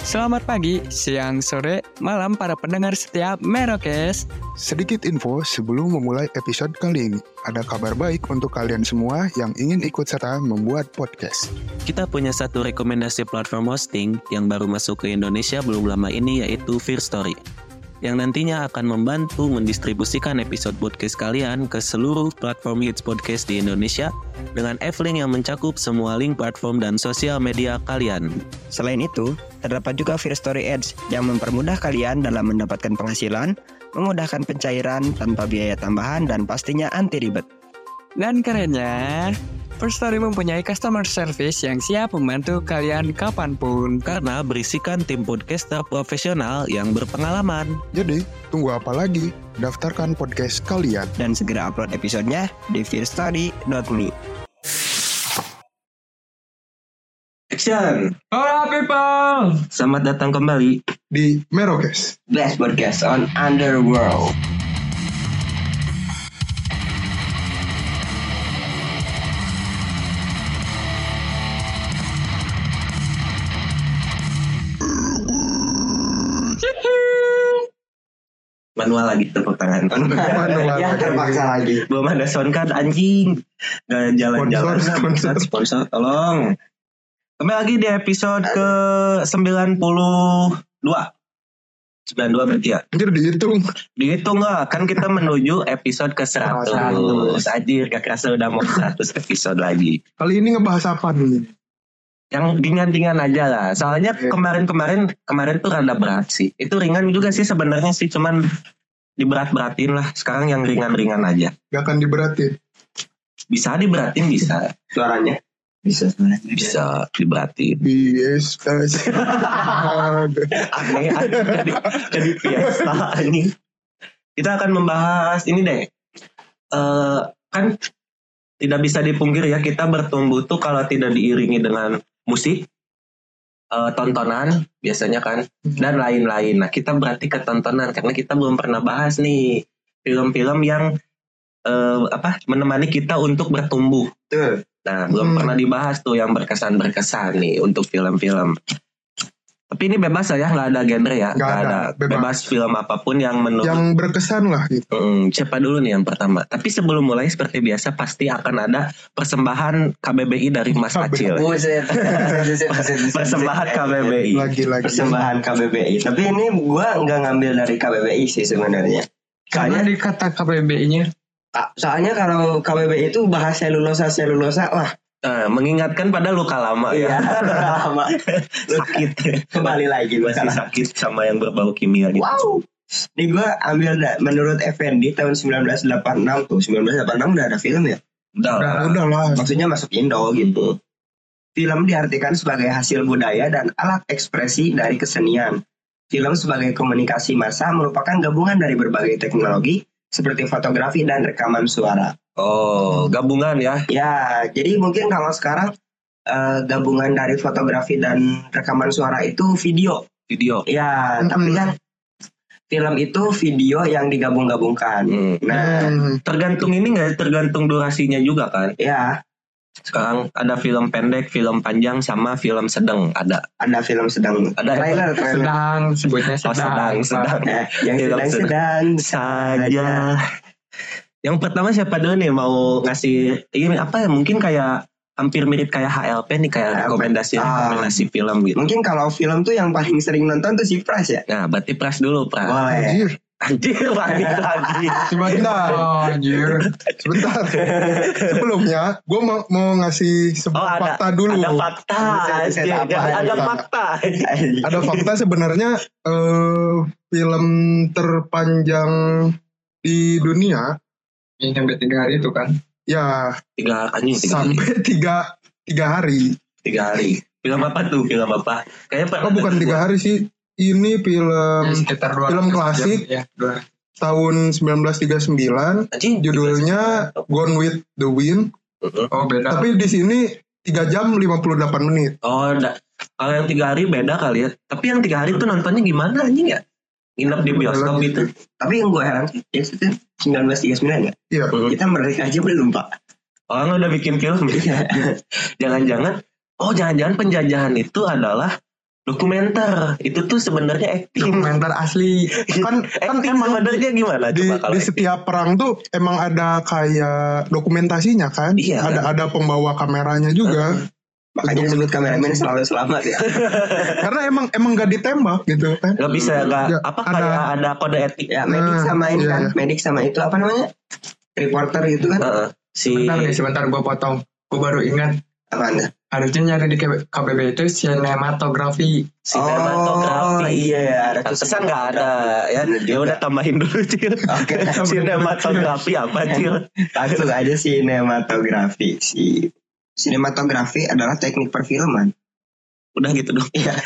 Selamat pagi, siang, sore, malam para pendengar setiap Merokes. Sedikit info sebelum memulai episode kali ini. Ada kabar baik untuk kalian semua yang ingin ikut serta membuat podcast. Kita punya satu rekomendasi platform hosting yang baru masuk ke Indonesia belum lama ini, yaitu Firstory, yang nantinya akan membantu mendistribusikan episode podcast kalian ke seluruh platform hits podcast di Indonesia dengan F-Link yang mencakup semua link platform dan sosial media kalian. Selain itu, terdapat juga Firstory Ads yang mempermudah kalian dalam mendapatkan penghasilan, memudahkan pencairan tanpa biaya tambahan, dan pastinya anti ribet. Dan kerennya, Firstory mempunyai customer service yang siap membantu kalian kapanpun. Karena berisikan tim podcaster profesional yang berpengalaman. Jadi, tunggu apa lagi? Daftarkan podcast kalian. Dan segera upload episodenya di firstory.me. Action! Hola people! Selamat datang kembali Di Merokes. Blast Podcast on Underworld. manual lagi tepuk tangan. Ya terpaksa lagi. Belum ada soundcard anjing. Gak jalan-jalan. Sponsor tolong. Kembali lagi di episode ke 92. 92 berarti ya? Anjir dihitung. Dihitung gak? Kan kita menuju episode ke 100. Anjir gak kerasa udah mau 100 episode lagi. Kali ini ngebahas apa nih? Yang ringan-ringan aja lah. Soalnya kemarin tuh rada berat sih. Itu ringan juga sih sebenarnya sih, cuman diberat-beratin lah. Sekarang yang ringan-ringan aja. Gak akan diberatin. Bisa diberatin, bisa. Suaranya? Bisa diberatin. Biasa. Aneh jadi fiesta ini. Kita akan membahas ini deh. Kan tidak bisa dipungkiri ya, kita bertumbuh tuh kalau tidak diiringi dengan musik, tontonan biasanya kan, dan lain-lain. Nah kita berarti ke tontonan karena kita belum pernah bahas nih film-film yang menemani kita untuk bertumbuh. Nah belum pernah dibahas tuh yang berkesan-berkesan nih untuk film-film. Tapi ini bebas lah ya, nggak ada genre ya, nggak ada. Bebas film apapun yang menurut yang berkesan lah gitu. Siapa dulu nih yang pertama? Tapi sebelum mulai seperti biasa pasti akan ada persembahan KBBI dari Mas Acil. Persembahan KBBI. Lagi. Persembahan KBBI. Tapi ini gua nggak ngambil dari KBBI sih sebenarnya. Karena di kata KBBI-nya. Soalnya kalau KBBI itu bahas selulosa lah. Mengingatkan pada luka lama ya. Lama. Sakit. Kembali lagi masih sakit sama yang berbau kimia gitu. Wow. Ini gue ambil menurut Effendi tahun 1986 tuh. 1986 udah ada film ya? Udah lah. Maksudnya masuk Indo gitu. Film diartikan sebagai hasil budaya dan alat ekspresi dari kesenian. Film sebagai komunikasi massa merupakan gabungan dari berbagai teknologi seperti fotografi dan rekaman suara. Oh, gabungan ya? Ya, jadi mungkin kalau sekarang gabungan dari fotografi dan rekaman suara itu video. Ya, tapi kan film itu video yang digabung-gabungkan. Nah, tergantung ini nggak? Tergantung durasinya juga kan? Ya. Sekarang ada film pendek, film panjang, sama film sedang. Ada film sedang. Ada trailer. Sedang, sebutnya sedang. Yang sedang saja. Yang pertama siapa dulu nih mau ngasih ini apa ya, mungkin kayak hampir mirip kayak HLP nih, kayak rekomendasi film gitu. Mungkin kalau film tuh yang paling sering nonton tuh si Pras ya. Nah berarti Pras dulu Pras. Boleh. Anjir. Sebentar. Sebelumnya gue mau ngasih sebuah fakta dulu. Ada fakta. Ada fakta sebenarnya film terpanjang di dunia Yang sampai 3 hari itu kan? Ya, 3 sampai 3 hari. 3 hari. Film apa tuh? Film apa? Kayaknya bukan 3 hari sih. Ini film film klasik ya, tahun 1939. Judulnya Gone with the Wind. Oh beda. Tapi di sini 3 jam 58 menit. Oh, kalau yang 3 hari beda kali ya. Tapi yang 3 hari tuh nontonnya gimana anjing ya? Nginep di bioskop gitu. Tapi yang gue heran sih, itu 1939 ya? Iya. Kita merdeka aja belum Pak. Orang udah bikin film. Jangan-jangan penjajahan itu adalah Dokumenter itu tuh sebenarnya acting. Dokumenter asli. Kan Acting emang sebenarnya gimana di, coba kalau di acting? setiap perang tuh emang ada kayak dokumentasinya kan. Iya, Ada pembawa kameranya juga. Makanya disebut kameramen selalu selamat ya. Karena emang gak ditembak gitu kan. Nggak bisa Ya, kayak ada kode etik. Ya medik sama ini iya, kan, iya. medik sama itu apa namanya? Reporter gitu kan. Si Sebentar gue potong. Gue baru ingat. Apa Anda? Harusnya nyari di KBB itu sinematografi. sinematografi. Iya ya, ada Pantesan nggak ada ya. Ya udah tambahin dulu Cil. Oke. Sinematografi apa Cil? Langsung aja sinematografi. Sinematografi adalah teknik perfilman. Udah gitu dong. Iya.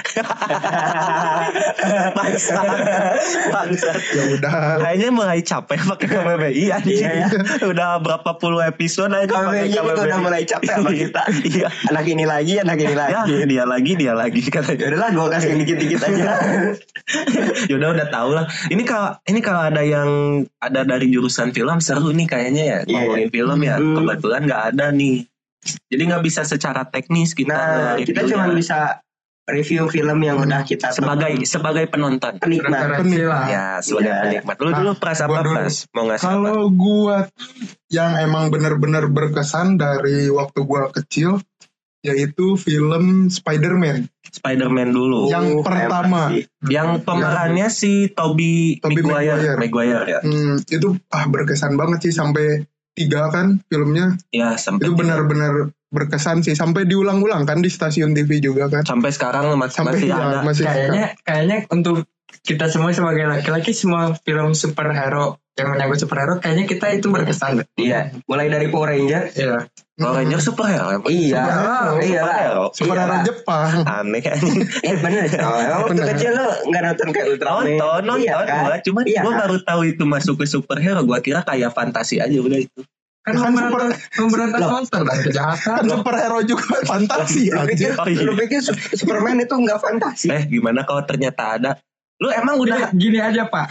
Bangsa. Ya udah. Kayaknya mulai capek pakai KBBI anjing. Iya, ya. Udah berapa puluh episode aja pakai KBBI kita KBBI. udah mulai capek sama kita. Iya. Anak ini lagi Ya, dia lagi katanya. Ya udahlah, gue kasih dikit-dikit aja. Yaudah udah tau lah. Ini kalau ada yang ada dari jurusan film seru nih kayaknya ya, Iya, ngomongin film ya. Hmm. Kebetulan nggak ada nih. Jadi nggak bisa secara teknis kita. Nah, kita reviewnya. cuma bisa review film yang udah kita sebagai penonton. penikmat. Referensi lah. Ya, sebagai Iya. penikmat. Lu dulu pras apa Gua dulu. pras? Mau ngasih apa? Kalau gua yang emang benar-benar berkesan dari waktu gua kecil yaitu film Spider-Man. Spider-Man dulu. Yang pertama. Emang sih. Yang pemerannya si Tobey Tobey Maguire ya. Itu berkesan banget sih sampai 3 kan filmnya. Ya, sampai Itu benar-benar berkesan sih sampai diulang-ulang kan di stasiun TV juga kan. sampai sekarang Sampai masih ya, ada. masih Kayaknya untuk kita semua sebagai laki-laki, semua film superhero yang menyangkut superhero kayaknya kita itu berkesan. Iya, mulai dari Power Ranger. Iya. Power Ranger superhero emang. Iya, iya lah. Superhero. superhero Iya. Jepang. Aneh anjing. Bener. Emang waktu Bener. kecil lo nggak nonton kayak Ultraman? Nonton Iya kan? gua, cuman Iya gua kan? baru tahu itu masuk ke superhero. Gua kira kayak fantasi aja udah itu. Kan memberantas Loh. monster dan kejahatan. Kan superhero juga fantasi Lu pikir, aja. Oh, iya. lu pikir Superman itu nggak fantasi? Gimana kalau ternyata ada? Lu emang udah Gini aja Pak,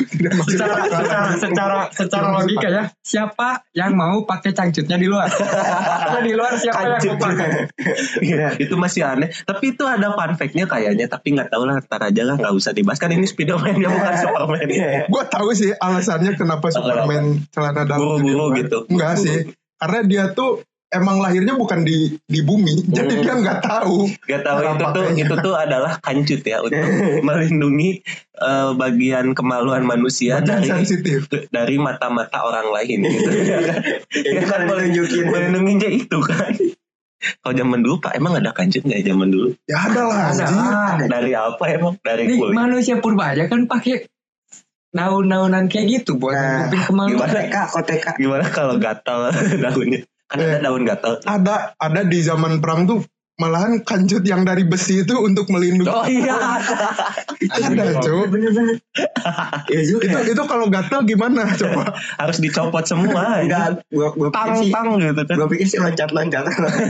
secara logika ya, siapa yang mau pakai cangcutnya di luar? Atau di luar siapa yang mau pakai? Iya, itu masih aneh. Tapi itu ada fun fact-nya kayaknya, tapi nggak tahu lah, ntar aja lah, nggak usah dibahas kan ini Spider-Man ya bukan Superman. Gue tahu sih alasannya kenapa Superman celana dalam Buru-buru di luar. gitu. Enggak sih, karena dia tuh emang lahirnya bukan di bumi, jadi dia nggak tahu. Gak tahu Cara pakainya. itu tuh adalah kancut ya untuk melindungi bagian kemaluan manusia Bagian dari sensitif. dari mata-mata orang lain gitu. Itu kan menunjukin. Melindunginya itu kan. Kalau zaman dulu Pak emang ada kancut nggak ya zaman dulu? Ya ada lah. Ada. anjing. Dari apa emang? Dari Nih, kulit. manusia purba aja kan pakai daun-daunan kayak gitu buat Nah, nutupin kemaluan. Koteka. Gimana kalau gatal daunnya? Kan ada daun gatal. Ada di zaman perang tuh malahan kancut yang dari besi itu untuk melindungi. Oh iya. Ada coba. Bener-bener. Ya juga. Itu kalau gatal gimana coba? Harus dicopot semua. Enggak, gua pikir sih. Tang gitu kan. Gua pikir sih loncat-loncat.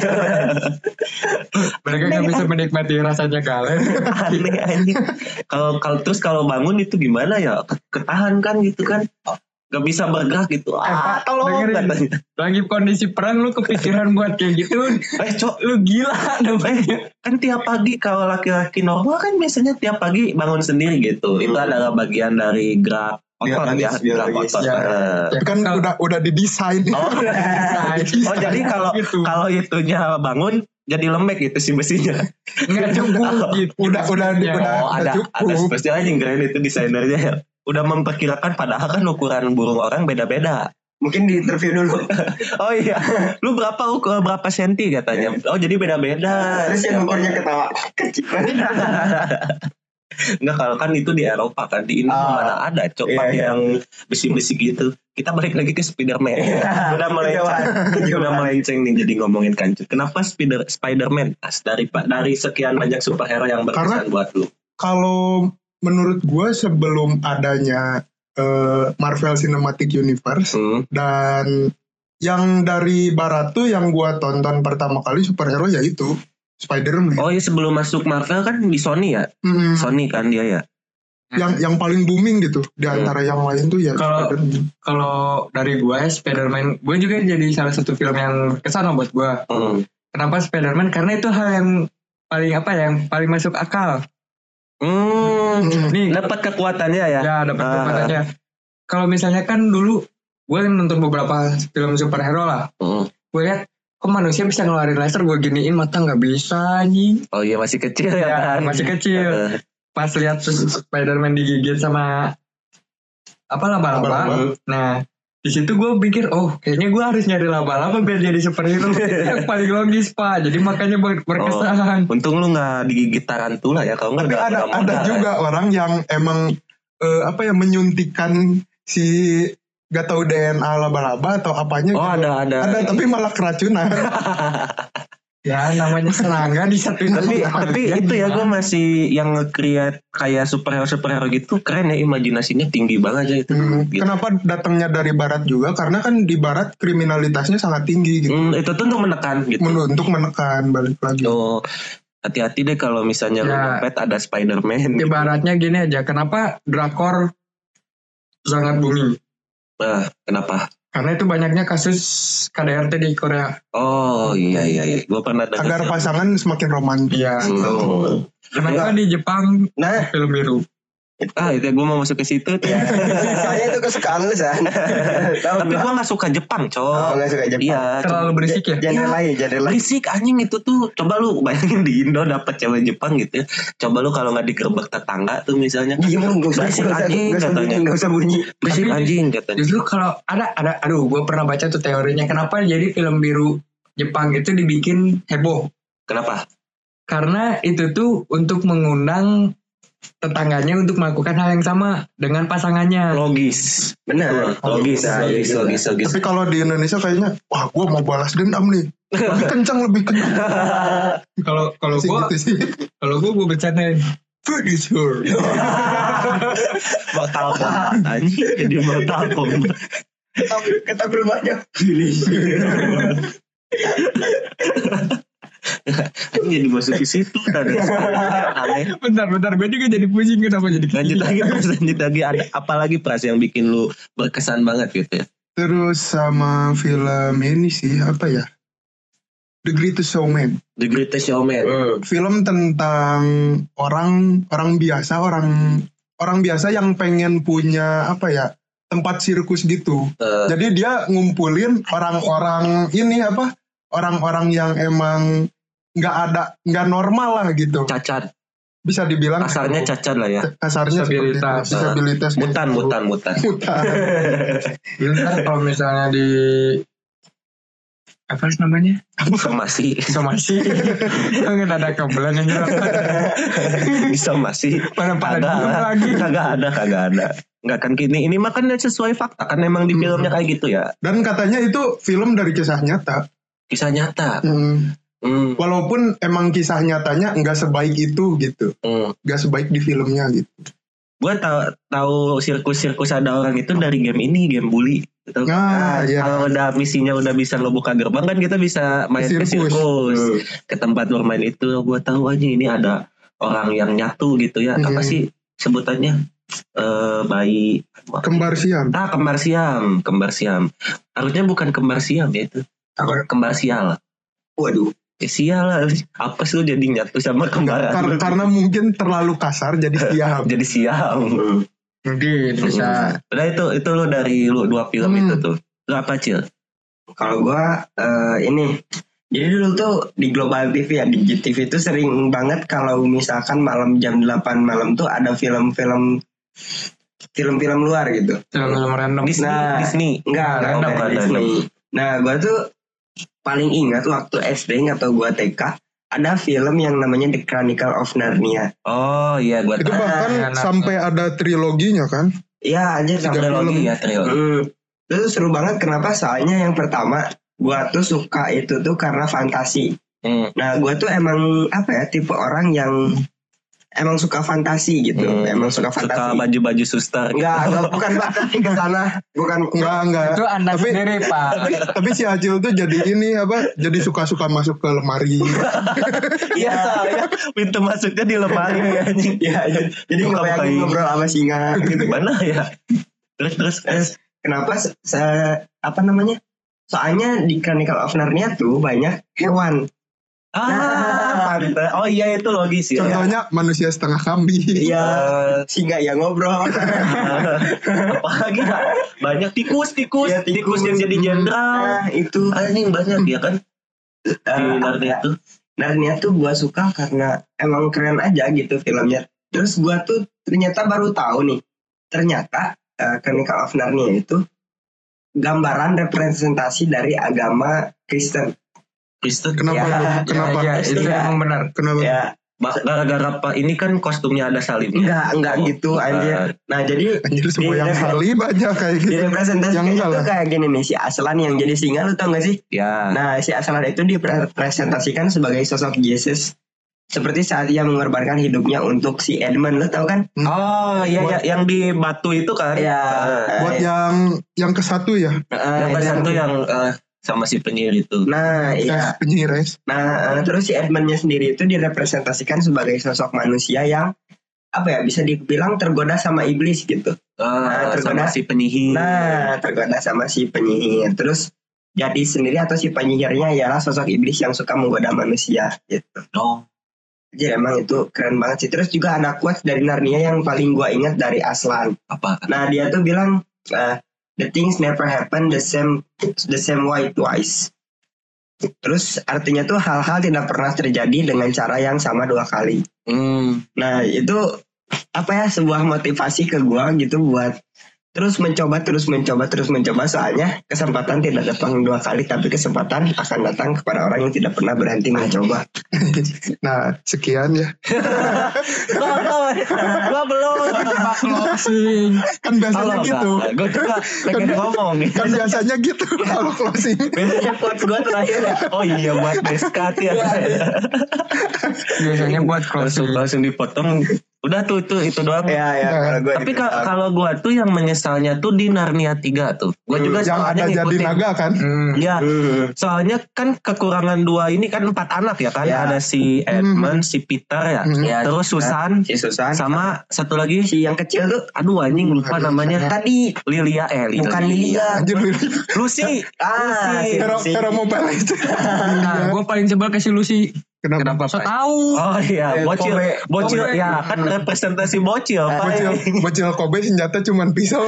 Mereka nggak bisa menikmati rasanya kalian. Aneh anjing. Kalau bangun itu gimana ya? Ketahan kan gitu kan. Gak bisa bergerak gitu. Pak, Tolong dengerin. katanya. Lagi kondisi perang lu kepikiran buat kayak gitu, Cok, lu gila namanya. kan tiap pagi kalau laki-laki normal kan biasanya tiap pagi bangun sendiri gitu. Itu adalah bagian dari gerak otot ya, gerak Biologis. otot. Ya. Tapi kan udah didesain. Oh jadi kalau Gitu. kalau itunya bangun jadi lembek gitu si besinya. Nggak cukup gitu. Udah Oh ada cukup. spesial aja keren itu desainernya ya. Udah memperkirakan padahal kan ukuran burung orang beda-beda. Mungkin di interview dulu. Oh iya, lu berapa senti katanya? Oh jadi beda-beda. Terus yang ukurnya ketawa. Kecil. Enggak kalau kan itu di Eropa kan di Indo mana ada coba Iya. yang besi-besi gitu. Kita balik lagi ke Spider-Man. Udah melenceng nih jadi ngomongin kancut. Kenapa Spider-Man? Dari sekian banyak superhero yang berkesan buat lu. Kalau menurut gue sebelum adanya Marvel Cinematic Universe dan yang dari barat tuh yang gue tonton pertama kali superhero yaitu Spider-Man. Oh iya sebelum masuk Marvel kan di Sony ya? Sony kan dia ya? Yang paling booming gitu di antara yang lain tuh ya Kalau- Spider-Man. Kalau dari gue Spider-Man, gue juga jadi salah satu film yang berkesan loh buat gue. Kenapa Spider-Man? Karena itu hal yang paling masuk akal. Nih, Dapat kekuatannya ya. ya dapat kepatannya. Kalau misalnya kan dulu gue nonton beberapa film superhero lah. Gue lihat kok manusia bisa ngeluarin laser, gue giniin mata nggak bisa anjing. Oh iya masih kecil ya kan. Masih kecil. Pas lihat Spider-Man digigit sama apa laba-laba. Nah, di situ gue pikir, oh kayaknya gue harus nyari laba-laba biar jadi superhero. Yang paling logis Pak. Jadi makanya berkesan. Untung lu nggak digigit tarantula ya. Kalau nggak Tapi ada juga orang yang emang menyuntikkan si gak tahu DNA laba-laba atau apanya Oh gitu. ada. Tapi malah keracunan. Ya namanya serangga di satu tapi itu ya gue masih yang nge-create kayak superhero gitu keren ya, imajinasinya tinggi banget aja itu. Gitu. Kenapa datangnya dari barat juga? Karena kan di barat kriminalitasnya sangat tinggi gitu. Itu tuh untuk menekan gitu. Untuk menekan balik lagi. Oh, hati-hati deh kalau misalnya lu nyopet ada Spider-Man. Ibaratnya gini aja, kenapa drakor sangat booming? Kenapa? Karena itu banyaknya kasus KDRT di Korea. Oh iya. Gue pernah dengar. Agar pasangan semakin romantis. Iya. Kenapa di Jepang film biru? Itu gue mau masuk ke situ tuh. Saya itu kesukaan lu San. Tapi gue gak suka Jepang, Cok. Gak suka Jepang. Iya. Terlalu berisik ya? Genre lain. Berisik anjing itu tuh. Coba lu bayangin di Indo dapet cewek Jepang gitu ya. Coba lu kalau gak digerebek tetangga tuh misalnya. Berisik anjing katanya. Gak usah bunyi. Berisik anjing katanya. Justru kalau aduh gue pernah baca tuh teorinya. Kenapa jadi film biru Jepang itu dibikin heboh? Kenapa? Karena itu tuh untuk mengundang tetangganya untuk melakukan hal yang sama dengan pasangannya. Logis. Benar. Logis. Tapi kalau di Indonesia kayaknya, wah gue mau balas dendam nih. Lebih kencang. Kalau gue bercandain. Furniture. Bakal anjing jadi bakal Kata berbanyak. jadi masuk ke situ. Bentar, gue juga jadi pusing kenapa jadi lanjut lagi ada apalagi Pras yang bikin lu berkesan banget gitu ya. Terus sama film ini sih apa ya, The Greatest Showman. Film tentang orang biasa yang pengen punya apa ya, tempat sirkus gitu. Jadi dia ngumpulin orang-orang yang emang nggak normal lah gitu. Cacat. Bisa dibilang kasarnya cacat lah ya. Kasarnya disabilitas. Mutan. Bentar, kalau misalnya di apa namanya? Somasi. Nggak ada kebelan yang jelas. Disomasi. Pada lagi. Kagak ada. Enggak kan ini mah kan sesuai fakta kan memang di filmnya kayak gitu ya. Dan katanya itu film dari kisah nyata. Kisah nyata. Walaupun emang kisah nyatanya nggak sebaik itu gitu. Nggak sebaik di filmnya gitu. Gue tahu sirkus ada orang itu dari game bully. Gitu. Iya. Kalau udah misinya udah bisa ngebuka gerbang kan kita bisa main ke sirkus. Ke tempat bermain itu gue tahu aja ini ada orang yang nyatu gitu ya. Apa sih sebutannya? Bayi kembar siam. Kembar siam. Harusnya bukan kembar siam ya itu. Kembar sial. Waduh. Sial lah. Apa sih lu jadi nyatu sama kembaran? Karena mungkin terlalu kasar jadi siam. Jadi siam. Mungkin bisa. Udah itu lu dari lu 2 film itu tuh. Lu apa Cil? Kalau gua ini. Jadi dulu tuh di Global TV ya, di GTV itu sering banget kalau misalkan malam jam 8 malam tuh ada film-film luar gitu. Film-film random. Disney. Enggak Disney. Nah, gua tuh paling ingat waktu SD atau gua TK ada film yang namanya The Chronicle of Narnia. Oh iya, gua tahu. Itu bahkan sampai ada triloginya kan? Iya, aja trilogi. Itu seru banget. Kenapa? Soalnya yang pertama gua tuh suka itu tuh karena fantasi. Nah, gua tuh emang tipe orang yang emang suka fantasi gitu. Emang suka fantasi. Suka baju-baju suster. Enggak, bukan fantasi ke sana. Bukan. Enggak. Itu Anda sendiri, Pak. Tapi si Acil tuh jadi jadi suka-suka masuk ke lemari. Iya, pintu masuknya di lemari anjing. Iya. Jadi ngebayangin ngobrol sama singa gitu. Gimana ya? Terus kenapa Soalnya di Chronicle of Narnia tuh banyak hewan. Pantes. Oh iya itu logis ya. Contohnya manusia setengah kambing. Iya, singa ya ngobrol. Apalagi banyak tikus Iya, tikus yang jadi jenderal. Nah, itu Anjing banyak ya kan. Di Narnia itu. Narnia tuh gue suka karena emang keren aja gitu filmnya. Terus gue tuh ternyata baru tahu nih, ternyata Chronicle of Narnia itu gambaran representasi dari agama Kristen. Kristen. Kenapa? Kenapa? Ya, itu Iya. emang benar. Kenapa? Ya, Gara-gara apa ini kan kostumnya ada salibnya. enggak gitu anjir. Nah, jadi Anjir semua yang kali banyak kayak gitu. direpresentasikan Yang enggak itu lah. kayak gini nih, si Aslan yang jadi singa, lu tau gak sih? Ya. Nah, si Aslan itu direpresentasikan sebagai sosok Yesus. Seperti saat ia mengorbankan hidupnya untuk si Edmund, lu tau kan? Oh iya ya, yang di batu itu kan. Iya. Buat yang ke satu ya. Yang itu satu yang sama si penyihir itu. Nah, iya. Penyihir es. Nah, terus si Edmundnya sendiri itu direpresentasikan sebagai sosok manusia yang apa ya, bisa dibilang tergoda sama iblis gitu. Sama tergoda. si penyihir. Nah, tergoda sama si penyihir. Terus jadi sendiri atau si penyihirnya ialah sosok iblis yang suka menggoda manusia gitu. Oh. Jadi emang itu keren banget sih. Terus juga ada quotes dari Narnia yang paling gua ingat dari Aslan. Apa? Nah, dia tuh bilang the things never happen the same way twice. Terus artinya tuh hal-hal tidak pernah terjadi dengan cara yang sama dua kali. Nah, itu apa ya, sebuah motivasi ke gua gitu buat terus mencoba, soalnya kesempatan tidak datang dua kali, tapi kesempatan akan datang kepada orang yang tidak pernah berhenti mencoba. Nah, sekian ya. Gua belum. Closing. Kan biasanya gitu. Gue juga pengen ngomong nih. Kan biasanya gitu kalau closing. Biasanya quotes gua terakhir ya. Oh iya buat deskat ya. Biasanya buat closing. Langsung dipotong. Udah tuh itu doang. Ya, kalau gua Tapi gitu. kalau gue tuh yang menyesalnya tuh di Narnia 3 tuh. Gue juga Yang soalnya ada jadi ngikutin. naga kan. Ya, soalnya kan kekurangan 2 ini kan 4 anak ya kan. Ya. Ada si Edmund, si Peter ya. Ya, Terus Susan, si Susan sama satu lagi. si yang kecil tuh Aduh anjing lupa namanya. tadi Lilia. bukan Lilia. Anjir. Lucy. Si Lucy. Hero Mobile Legends. Nah, gue paling sebel ke si Lucy. Kenapa? So tahu. Oh iya, bocil Kobe. ya kan representasi bocil. Bocil Kobe senjata cuman pisau.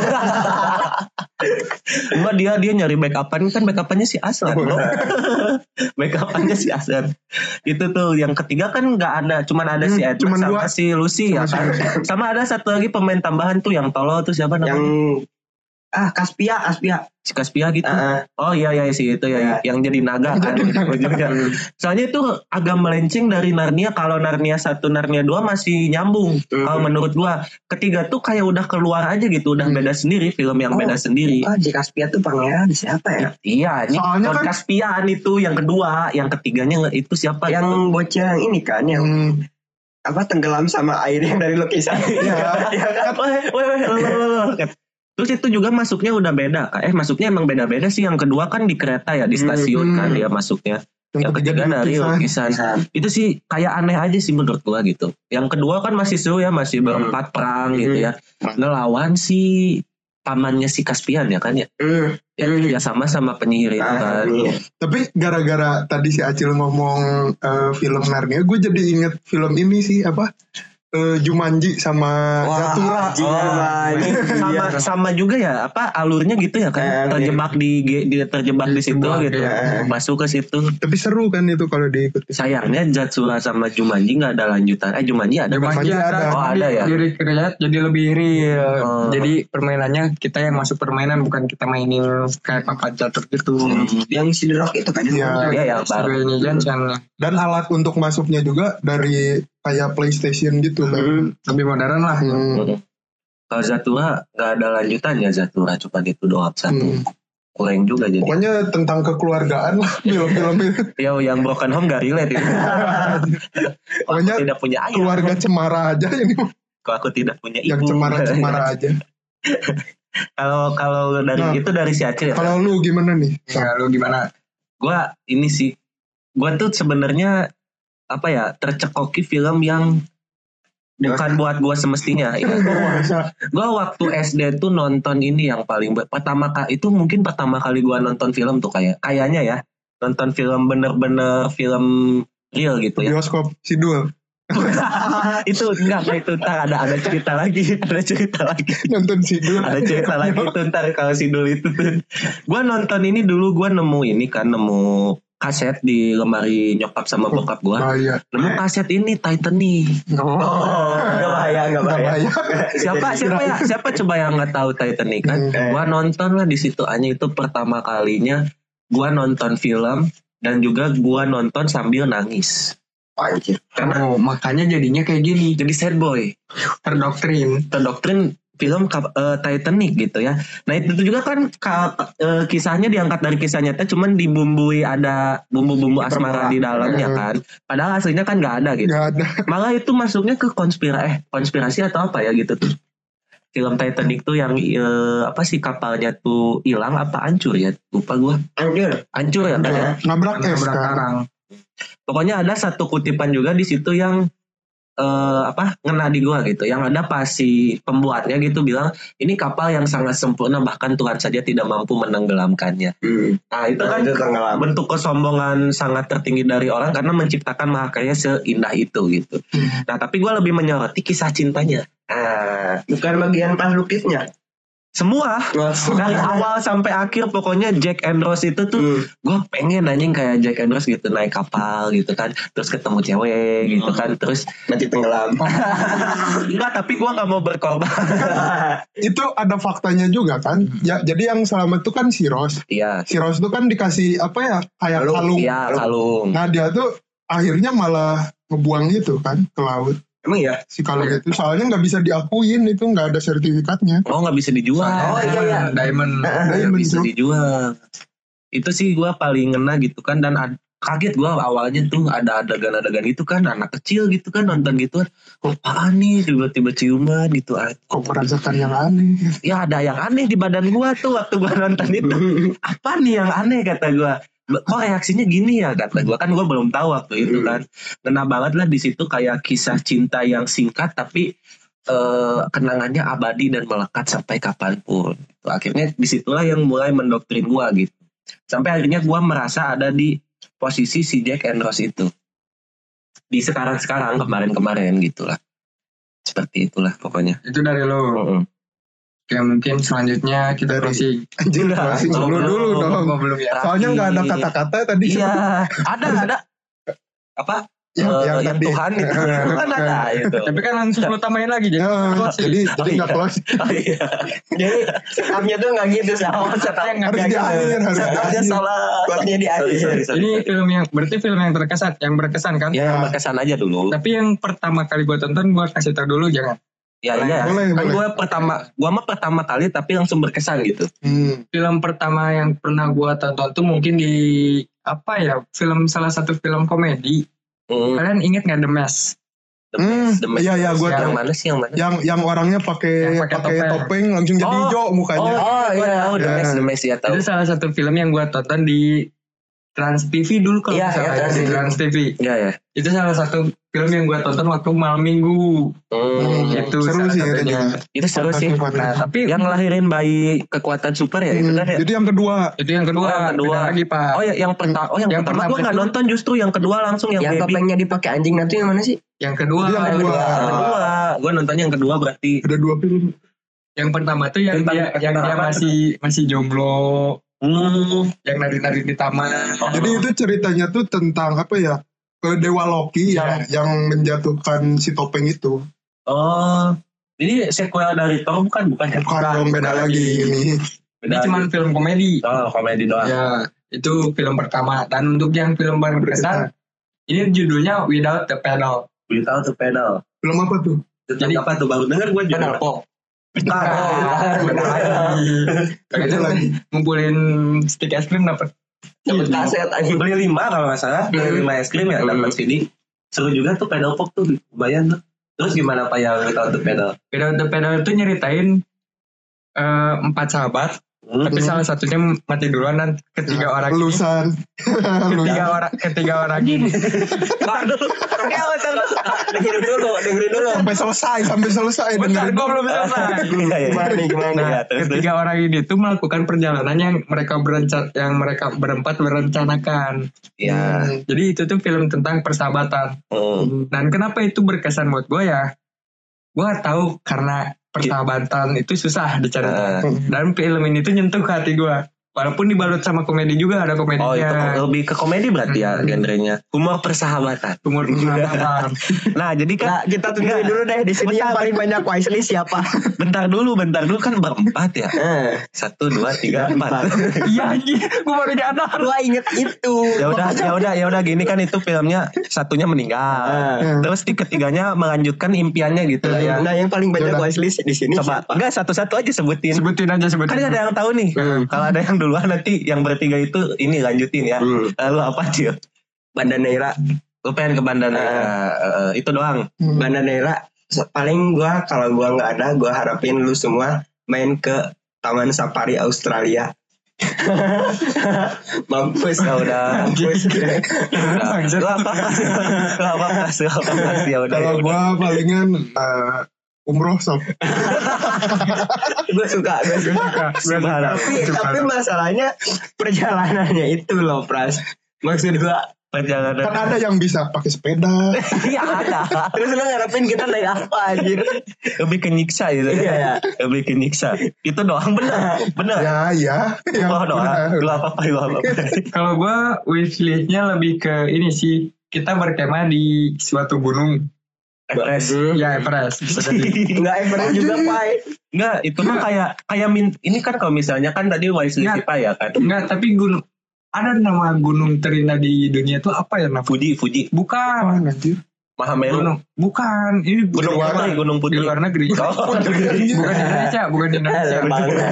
Enggak, dia nyari backupan kan backupannya si Aslan. Oh, Bro. Backupannya si Aslan. Itu tuh yang ketiga kan nggak ada, cuman ada si Edmund cuman sama dua. si Lucy ya kan. Sama ada satu lagi pemain tambahan tuh yang tolol tuh siapa namanya? Yang Kaspia. Si Kaspia gitu. Oh iya si itu ya, Ya. yang jadi naga kan ujungnya. Soalnya itu agak melenceng dari Narnia. Kalau Narnia 1, Narnia 2 masih nyambung. Kalau menurut gua, ketiga tuh kayak udah keluar aja gitu, udah beda sendiri, film yang beda sendiri. Si Kaspia tuh pangeran siapa ya? Iya, ini Soalnya kan- Kaspian itu yang kedua, yang ketiganya itu siapa? Yang bocil yang ini kan, yang tenggelam sama air yang dari lukisan. Iya. Weh. Terus itu juga masuknya udah beda. Masuknya emang beda-beda sih. Yang kedua kan di kereta ya, di stasiun kan dia masuknya. Yang ketiga dari lukisan. Itu sih kayak aneh aja sih menurut gua gitu. Yang kedua kan masih seru ya, masih berempat perang gitu ya. Ngelawan si pamannya si Kaspian ya kan ya. Ya sama penyihir itu kan. Tapi gara-gara tadi si Acil ngomong film Narnia, gue jadi inget film ini sih apa? Jumanji sama Zathura. Sama juga ya alurnya gitu ya kan, terjebak di situ gitu, masuk ke situ. Tapi seru kan itu kalau diikuti. Sayangnya Zathura sama Jumanji nggak ada lanjutan. Jumanji ada. Jumanji ada. Oh ada ya. Jadi lebih real. Jadi permainannya kita yang masuk permainan, bukan kita mainin kayak papan catur gitu. Yang si The Rock itu kan. Iya. Iya yang baru. Ini Johnson. Dan alat untuk masuknya juga dari kayak PlayStation gitu kan. Lebih modern lah. Kalau Zathura nggak ada lanjutannya, Zathura cuma itu doang satu. Kurang juga jadi. Pokoknya tentang kekeluargaan lah film-film itu. Ya yang Broken Home gak relate itu. Pokoknya Aku tidak punya ayah. keluarga cemara aja ini. Kok aku tidak punya ibu. Yang cemara-cemara aja. Kalau dari itu dari si Acil ya. Kalau lu gimana nih? Ya, lu gimana? Gua ini sih, gua tuh sebenarnya tercekoki film yang bukan buat gua semestinya. Gua waktu SD tuh nonton ini yang paling pertama kali gua nonton film tuh kayaknya ya nonton film bener-bener film real gitu ya. Bioskop Sidul. Itu enggak itu ntar ada cerita lagi, Nonton Sidul. ada cerita lagi itu ntar kalau Sidul itu tuh. Gua nonton ini dulu, gua nemu kaset di lemari nyokap sama bokap gua. Bahaya. Nemu kaset ini Titanic. Nggak bahaya. Siapa coba yang nggak tahu Titanic kan? Gua nonton lah di situ, hanya itu pertama kalinya gua nonton film dan juga gua nonton sambil nangis. Anjir. Karena makanya jadinya kayak gini. Jadi sad boy, terdoktrin film Titanic gitu ya. Nah itu juga kan kisahnya diangkat dari kisah nyata, cuman dibumbui ada bumbu-bumbu asmara di dalamnya kan. Padahal aslinya kan nggak ada gitu. Nggak ada. Malah itu masuknya ke konspirasi atau apa ya gitu tuh. Film Titanic tuh yang kapalnya tuh hilang apa hancur ya? Lupa gua. Hancur ya kan ya. Nabrak es kan. karang. Pokoknya ada satu kutipan juga di situ yang ngena di gua gitu. Yang ada pas si pembuatnya gitu bilang ini kapal yang sangat sempurna bahkan Tuhan saja tidak mampu menenggelamkannya. Nah itu kan bentuk kesombongan sangat tertinggi dari orang karena menciptakan mahakarya seindah itu gitu. Nah tapi gua lebih menyoroti kisah cintanya. Bukan bagian pas lukisnya. Semua dari awal sampai akhir pokoknya Jack and Rose itu tuh gue pengen anjing kayak Jack and Rose gitu, naik kapal gitu kan, terus ketemu cewek gitu kan, terus Nanti tenggelam. enggak, tapi gue nggak mau berkorban. Itu ada faktanya juga kan. Ya, jadi yang selamat itu kan si Rose. Iya, Si Rose itu kan dikasih kayak kalung. iya kalung. Nah dia tuh akhirnya malah ngebuang gitu kan ke laut. Emang ya? Si kalung itu soalnya nggak bisa diakuin, itu nggak ada sertifikatnya. Oh nggak bisa dijual. iya. Diamond. Nggak bisa dijual. Itu sih gue paling ngena gitu kan, dan kaget gue awalnya tuh ada adegan-adegan gitu kan, anak kecil gitu kan nonton gitu kan, apaan nih tiba-tiba ciuman gitu. Kok merasakan yang aneh. Ya ada yang aneh di badan gue tuh waktu gue nonton itu. Apa nih yang aneh kata gue? Kok reaksinya gini ya kata gue, kan gue belum tahu waktu itu kan. Kena banget lah di situ, kayak kisah cinta yang singkat tapi kenangannya abadi dan melekat sampai kapanpun. Akhirnya disitulah yang mulai mendoktrin gue gitu. Sampai akhirnya gue merasa ada di posisi si Jack and Rose itu. Di sekarang kemarin gitu lah. Seperti itulah pokoknya. Itu dari lo. Oke, mungkin selanjutnya kita closing. Anjing, closing dulu dong. Belum ya. Soalnya nggak ada kata-kata tadi. Iya, ada. Apa? Yang tadi. Tuhan itu kan ada itu. Tapi kan langsung lo tambahin lagi jadi. Jadi nggak close. Oh, iya. Jadi setupnya tuh nggak gitu sama. Harus di akhir, harus di Ada akhir. salah. Kuatnya di akhir. Ini berarti film yang berkesan kan? Ya yang berkesan aja dulu. Tapi yang pertama kali gue tonton gue kasih tau dulu jangan. Ya iya. Boleh, Kan boleh. gua mah pertama kali tapi langsung berkesan gitu. Film pertama yang pernah gue tonton tuh mungkin di salah satu film komedi. Kalian inget nggak The Mask? The Mask. Iya, gue yang tahu. mana sih yang mana? Yang orangnya pakai Yang pakai topeng langsung jadi hijau mukanya. Iya. The Mask ya tahu. Itu salah satu film yang gue tonton di Trans TV dulu kalau Iya, misalnya Trans di TV. Trans TV. Iya ya. Itu salah satu film yang gue tonton waktu malam minggu. Itu Seru salah sih satunya. Itu seru sih. Nah, tapi Yang ngelahirin bayi kekuatan super ya itu kan ya. Jadi yang kedua. itu yang kedua. Yang kedua. Beda lagi Pak. Oh ya, yang pertama pertama gue nggak itu- nonton, justru yang kedua langsung yang Yang baby. topengnya dipakai anjing nanti yang mana sih? Yang kedua. Yang kedua. Yang kedua, gue nontonnya yang kedua berarti. Ada 2 film. Yang pertama tuh yang dia masih jomblo, yang nari-nari di taman. Jadi itu ceritanya tuh tentang Dewa Loki yang menjatuhkan si topeng itu. Oh, jadi sequel dari Thor bukan ya? Bukan dong, beda lagi ini. Ini cuma film komedi. Oh, komedi doang. Ya, itu film pertama. Dan untuk yang film baru berkesan, ini judulnya Without the Pedal. Without the Pedal. Film apa tuh? Jadi apa tuh, baru denger gue juga. Pedal pop. Itu lagi. Ngumpulin stick es krim dapat. Dapat kaset anjing. Beli 5 kalau nggak salah, beli 5 es krim ya dapat CD. Seru juga tuh pedal pop tuh, lumayan tuh. Terus gimana Pak yang Without the Pedal? Without the Pedal itu nyeritain 4 sahabat Tapi salah satunya mati duluan dan ketiga orang ini, Lulusan. ketiga orang ini dengerin dulu. Sampai selesai bentar dengerin. gue belum selesai. Gimana? Nah, ketiga orang ini tuh melakukan perjalanan yang mereka berempat merencanakan. Ya. Jadi itu tuh film tentang persahabatan. Dan kenapa itu berkesan buat gue ya? Gue tahu karena persahabatan itu susah diceritakan. Dan film ini tuh nyentuh ke hati gue. Walaupun dibalut sama komedi juga, ada komedinya. Oh, itu lebih ke komedi berarti ya genrenya. Humor persahabatan. Humor persahabatan. Nah, jadi kan Nah, kita tentuin dulu deh di sini yang paling banyak wisely siapa? bentar dulu kan berempat ya. 1, 2, 3, 4. Iya anjir, gue baru nyadar. Gua inget itu. Ya udah gini kan itu filmnya satunya meninggal. Terus di ketiganya melanjutkan impiannya gitu lah ya. Nah, yang paling banyak Yaudah. wisely di sini Coba siapa? enggak satu-satu aja sebutin. Sebutin aja. Kan ada yang tahu nih. Kalau ada yang duluan nanti yang bertiga itu ini lanjutin ya. Lalu apa Cil? Banda Neira. Lu pengen ke Banda Neira. Itu doang. Banda Neira. Paling kalau gua nggak ada, gua harapin lu semua main ke Taman Safari Australia. Mampus. Ya udah. Lu apa? Ya udah. Kalau gue palingan umroh sob. Gue suka. Tapi masalahnya perjalanannya itu loh, Pras. Maksud gue Perjalanan. Kan ada yang bisa pakai sepeda. Iya ada. terus lo ngarepin kita naik apa anjir? Lebih ke nyiksa gitu. Iya. Lebih ke nyiksa. Itu doang bener. Ya. Oh doang. Lu apa? Kalau gue wishlistnya lebih ke ini sih, kita berkemah di suatu gunung. Everest. Ya Everest. Bisa jadi. Enggak Everest juga, Pai. Enggak, itu mah kayak ini kan kalau misalnya kan tadi Wisely Sipa ya kan. Enggak, tapi gunung, ada nama gunung terindah di dunia itu apa ya? Fuji. Bukan. Anjir. Mahameru. Bukan. Ini Gunung Putri, Gunung di Putri. luar negeri. Bukan di Indonesia.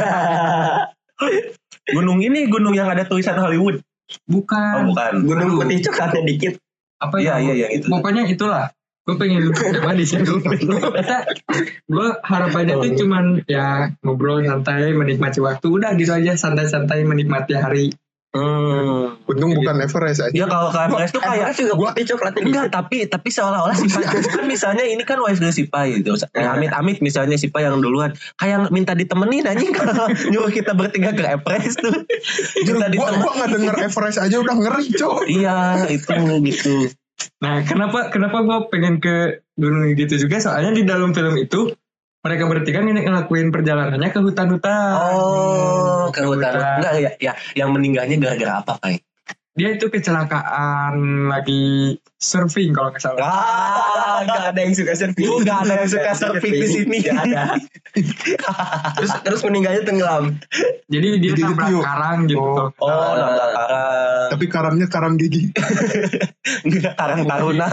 Gunung yang ada tulisan Hollywood. Bukan. Gunung putih coklatnya dikit. Apa Iya, ya? iya, itu. Pokoknya itulah. Gue pengen coba di situ. Gue harapannya tuh cuman ya ngobrol santai, menikmati waktu. Udah gitu aja, santai-santai menikmati hari. Untung bukan Everest aja. Ya kalau ke Everest tuh kayak Everest juga putih coklatnya dikit. enggak, tapi seolah-olah Sipa kan misalnya ini kan Wisely Sipa gitu. Amit-amit misalnya Sipa yang duluan kayak minta ditemenin anjing kalau nyuruh kita bertiga ke Everest tuh. Minta Gua ditemenin. nggak denger Everest aja udah ngeri cok. Iya, itu gitu. Nah, kenapa gue pengen ke gunung gitu juga? Soalnya di dalam film itu mereka bertiga ngelakuin perjalanannya ke hutan-hutan. Oh, ke hutan. Enggak ya, yang meninggalnya gara-gara apa, Kai? Dia itu kecelakaan lagi surfing kalau nggak salah. Enggak ada yang suka surfing. Enggak ada yang suka surfing di sini. Enggak ada. terus meninggalnya tenggelam. Jadi dia Gigi nabrak yuk. karang gitu. Oh, nabrak karang. Tapi karangnya karang gigi. Enggak, karang taruna.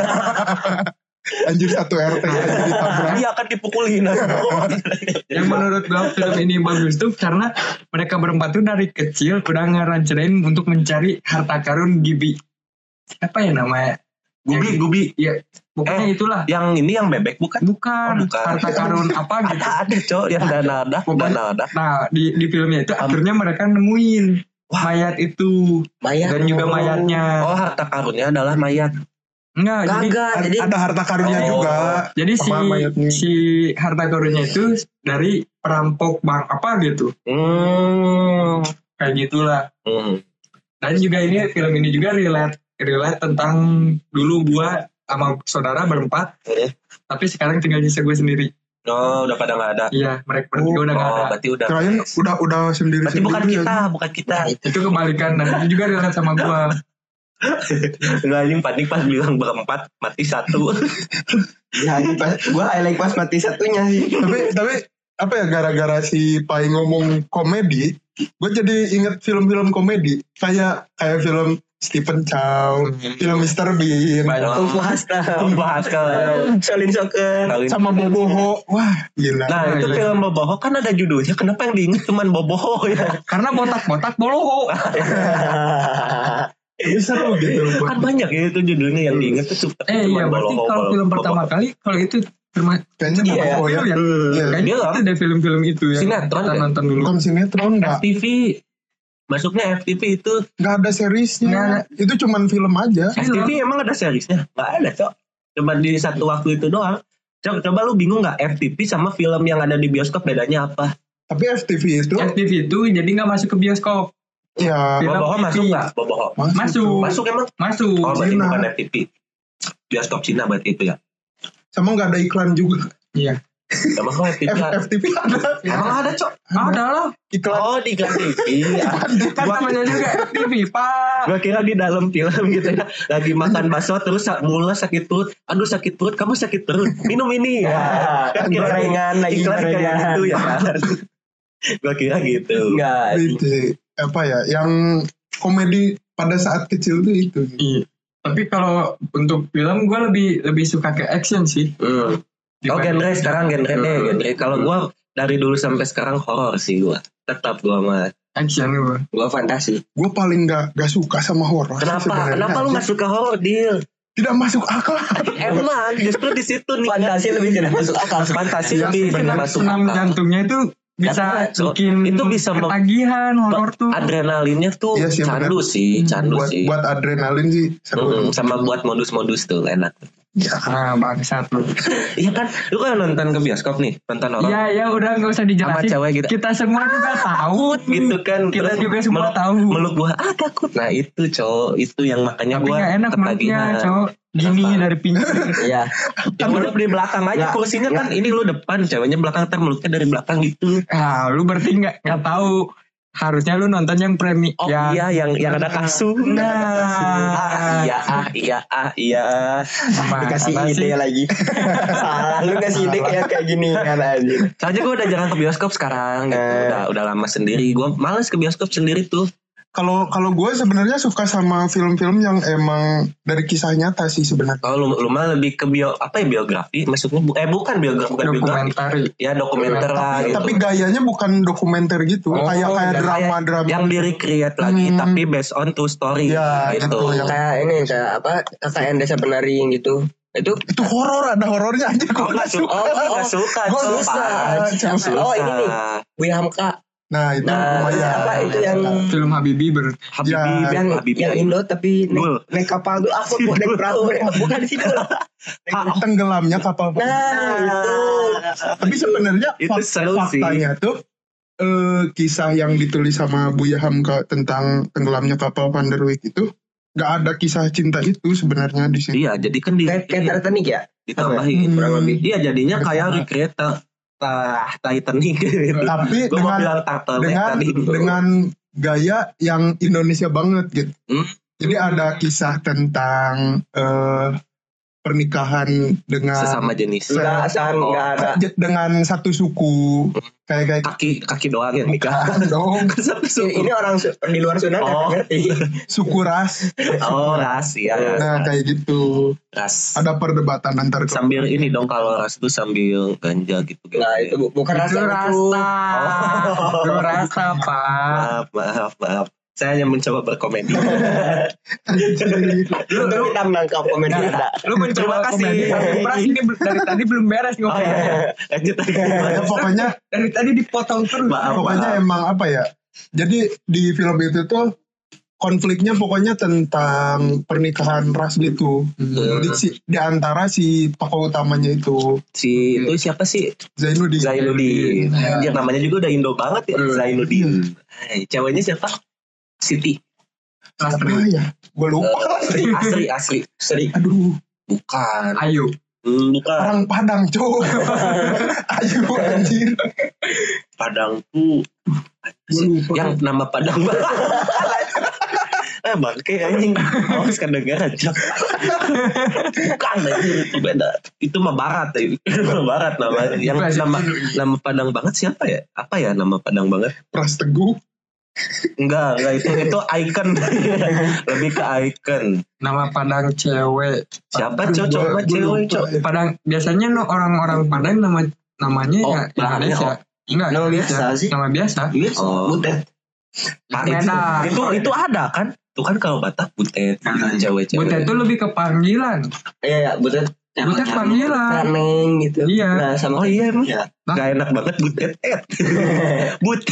Anjir satu RT aja ditabrak. Iya kan dipukulin. Yang menurut gue film ini bagus tuh karena mereka berempat tuh dari kecil udah ngerancanain untuk mencari harta karun Gibi. Apa ya namanya? Gubi. Iya, pokoknya itulah. Yang ini yang bebek bukan? Bukan. Oh, bukan. Harta karun apa gitu. Ada cok yang dana. Nah, di filmnya itu akhirnya mereka nemuin mayat itu. Dan juga mayatnya. Oh, harta karunnya adalah mayat. Enggak, Jadi Ada harta karunnya juga. jadi Sama mayatnya. si harta karunnya itu dari perampok bank apa gitu. Kayak gitulah. Dan juga ini film ini juga relate tentang dulu gua sama saudara berempat. Tapi sekarang tinggal sisa gue sendiri. Oh, udah pada nggak ada. Iya, mereka bertiga udah nggak ada. Berarti udah. Kirain udah sendiri. Berarti bukan kita. Itu kebalikan dan itu juga relate sama gua. Enggak, anjing panik pas bilang berempat mati satu. ya gue highlight pas mati satunya sih. Tapi apa ya gara-gara si Pai ngomong komedi, gue jadi inget film-film komedi kayak film Stephen Chow, film Mr. Bean, Kung Fu Hustle, Shaolin Soccer, sama Boboho. Wah gila. Nah itu film Boboho kan ada judulnya. Kenapa yang diinget cuman Boboho ya? Karena botak-botak boloho. Seru gitu. Kan banyak ya itu judulnya yang diinget tuh. Iya, berarti kalau film pertama kali kalau itu Kayaknya Iya, Boboho ya. ya. Iya. Kayaknya Film. itu deh film-film itu ya. Sinetron kita kan? nonton dulu. Bukan sinetron, FTV. Masuknya FTV itu. nggak ada seriesnya. Nggak ada. Itu cuman film aja. FTV emang ada seriesnya? Nggak ada, Cok. Cuma di satu waktu itu doang. Coba lu bingung nggak FTV sama film yang ada di bioskop bedanya apa? Tapi FTV itu FTV itu jadi nggak masuk ke bioskop. ya Film Boboho TV. masuk nggak? Boboho. Masuk. Masuk emang? Masuk. Oh, berarti Cina. bukan FTV. Bioskop Cina berarti itu ya. sama nggak ada iklan juga. Iya. Emang kok FTV? FTV ada. Emang ada, Cok? Ada lah. Iklan. Oh, di iklan TV. Kan namanya juga FTV, Pak. Gua kira di dalam film gitu ya. Lagi makan bakso terus mulas sakit perut. Aduh sakit perut, kamu sakit perut. Minum ini. Ya, Kan kira gorengan lagi iklan kayak gorengan. gitu ya kan. Gua kira gitu. Enggak. Itu sih, apa ya, yang komedi pada saat kecil tuh itu. Iya. Tapi kalau untuk film gue lebih suka ke action sih. Oh, genre sekarang genre. Kalau gua dari dulu sampai sekarang horor sih gua. Tetap gua mah. Action gue. Gua fantasi. Gue paling nggak suka sama horor. Kenapa? Kenapa lu nggak suka horor, Dil? Tidak masuk akal. Emang justru di situ nih. Fantasi lebih tidak masuk akal. Fantasi Iya, lebih tidak sebenarnya masuk Senam akal. jantungnya itu bisa Karena bikin itu bisa ketagihan horor tuh. Adrenalinnya tuh Iya sih, candu benar. sih. Buat adrenalin sih seru. Sama buat modus-modus tuh enak. Nah, bangsat lu. Iya kan, lu kan nonton ke bioskop nih, nonton horor. Iya, ya udah nggak usah Sama dijelasin. cewek gitu. Kita semua juga tahu Gitu kan. Kita Terus juga semua tahu. Meluk gua, takut. Nah itu cowok, itu yang makanya Tapi gua nggak enak meluknya, cowok. Gini Kenapa? dari pinggir. Iya. Ya udah di belakang aja Nggak, kursinya kan ini lu depan, ceweknya belakang, ntar meluknya dari belakang gitu. Ah, lu berarti nggak tahu. Harusnya lu nonton yang premi. Oh iya, yang ada kasur. Nah. Iya. Dikasih Apa ide sih? lagi. Salah, lu kasih ide kayak gini kan aja. Soalnya gue udah jarang ke bioskop sekarang gitu. Udah lama sendiri. Gue males ke bioskop sendiri tuh. Kalau gue sebenarnya suka sama film-film yang emang dari kisah nyata sih sebenarnya. Kalau lu mah lebih ke biografi, maksudnya bukan biografi, bukan biografi. Dokumenter. Ya dokumenter lah gitu. Tapi gayanya bukan dokumenter gitu, Oh, kayak Kayak drama-drama. yang di recreate lagi tapi based on true story Ya, gitu. itu yang- Kayak ini kayak apa? KKN Desa Penari yang gitu. Itu Itu horor, ada horornya aja. Oh, nggak suka, nggak suka, Gua Cok. susah. Oh, ini nih. Wih Hamka. Nah itu Nah, lumayan. apa itu yang Film Habibie Habibie, Ya, yang Indo tapi Dul. naik kapal tuh aku naik perahu bukan sih Dul. Tenggelamnya kapal. Nah, itu. Tapi sebenarnya Itu seru sih. faktanya tuh kisah yang ditulis sama Buya Hamka tentang tenggelamnya kapal Van der Wijk itu nggak ada kisah cinta itu sebenarnya di sini. Iya, jadi kan Kayak Titanic ya? ditambahin. Kurang lebih. Iya, jadinya kayak Bersama. recreate Titanic gitu. Tapi Gue mau dengan bilang turtle dengan tadi. dengan gaya yang Indonesia banget gitu. Hmm. Jadi ada kisah tentang pernikahan dengan Sesama jenis. Enggak ada. dengan satu suku kayak Kaki doang yang nikah. dong Satu suku. Ini orang di luar Sunda Oh. nggak ngerti. suku ras. Oh, ras ya. Nah kayak gitu. Ras. Ada perdebatan antar Sambil ini dong kalau ras itu sambil ganja gitu. Nah, itu bukan Itu rasa itu. rasa. Itu rasa, Pak. Maaf. Saya hanya mencoba berkomedi. Untuk kita menangkap komedi Anda. Lu mencoba Terima kasih. komedi. Pras ini dari tadi belum beres Oh ngomongnya. iya. Lanjut lagi. Ya, pokoknya Dari tadi dipotong terus. Maaf. emang apa ya, jadi di film itu tuh konfliknya pokoknya tentang pernikahan ras gitu. Di antara si tokoh utamanya itu Si itu siapa sih? Zainuddin. Zainuddin. Ya. Anjir, namanya juga udah Indo banget ya. Zainuddin. Hai, ceweknya siapa? Siti. Siapa ya? Gue lupa. Asri. Aduh, Bukan. Ayo. Bukan. orang Padang cowok. Ayo anjir. Padang tuh. Gue lupa. Yang nama Padang banget. Bangke anjing. Awas kedengeran. Bukan anjir, itu beda. Itu mah barat ya. Itu mah barat namanya. Yang nama Padang banget siapa ya? Apa ya nama Padang banget? Pras Teguh. Enggak itu icon. Lebih ke icon. Nama Padang cewek. Siapa coba cewek cowok? Padang biasanya orang-orang Padang namanya Oh, ya Indonesia. Enggak, Nama Indonesia. biasa sih. Nama biasa. Oh. Butet. Nah, Beda. itu ada kan? Itu kan kalau Batak butet, cewek-cewek. Butet itu lebih ke panggilan. Iya, butet. Butet panggilan. Neng gitu. Iya. Nah, sama Oh iya emang. ya. Gak enak banget butet. But.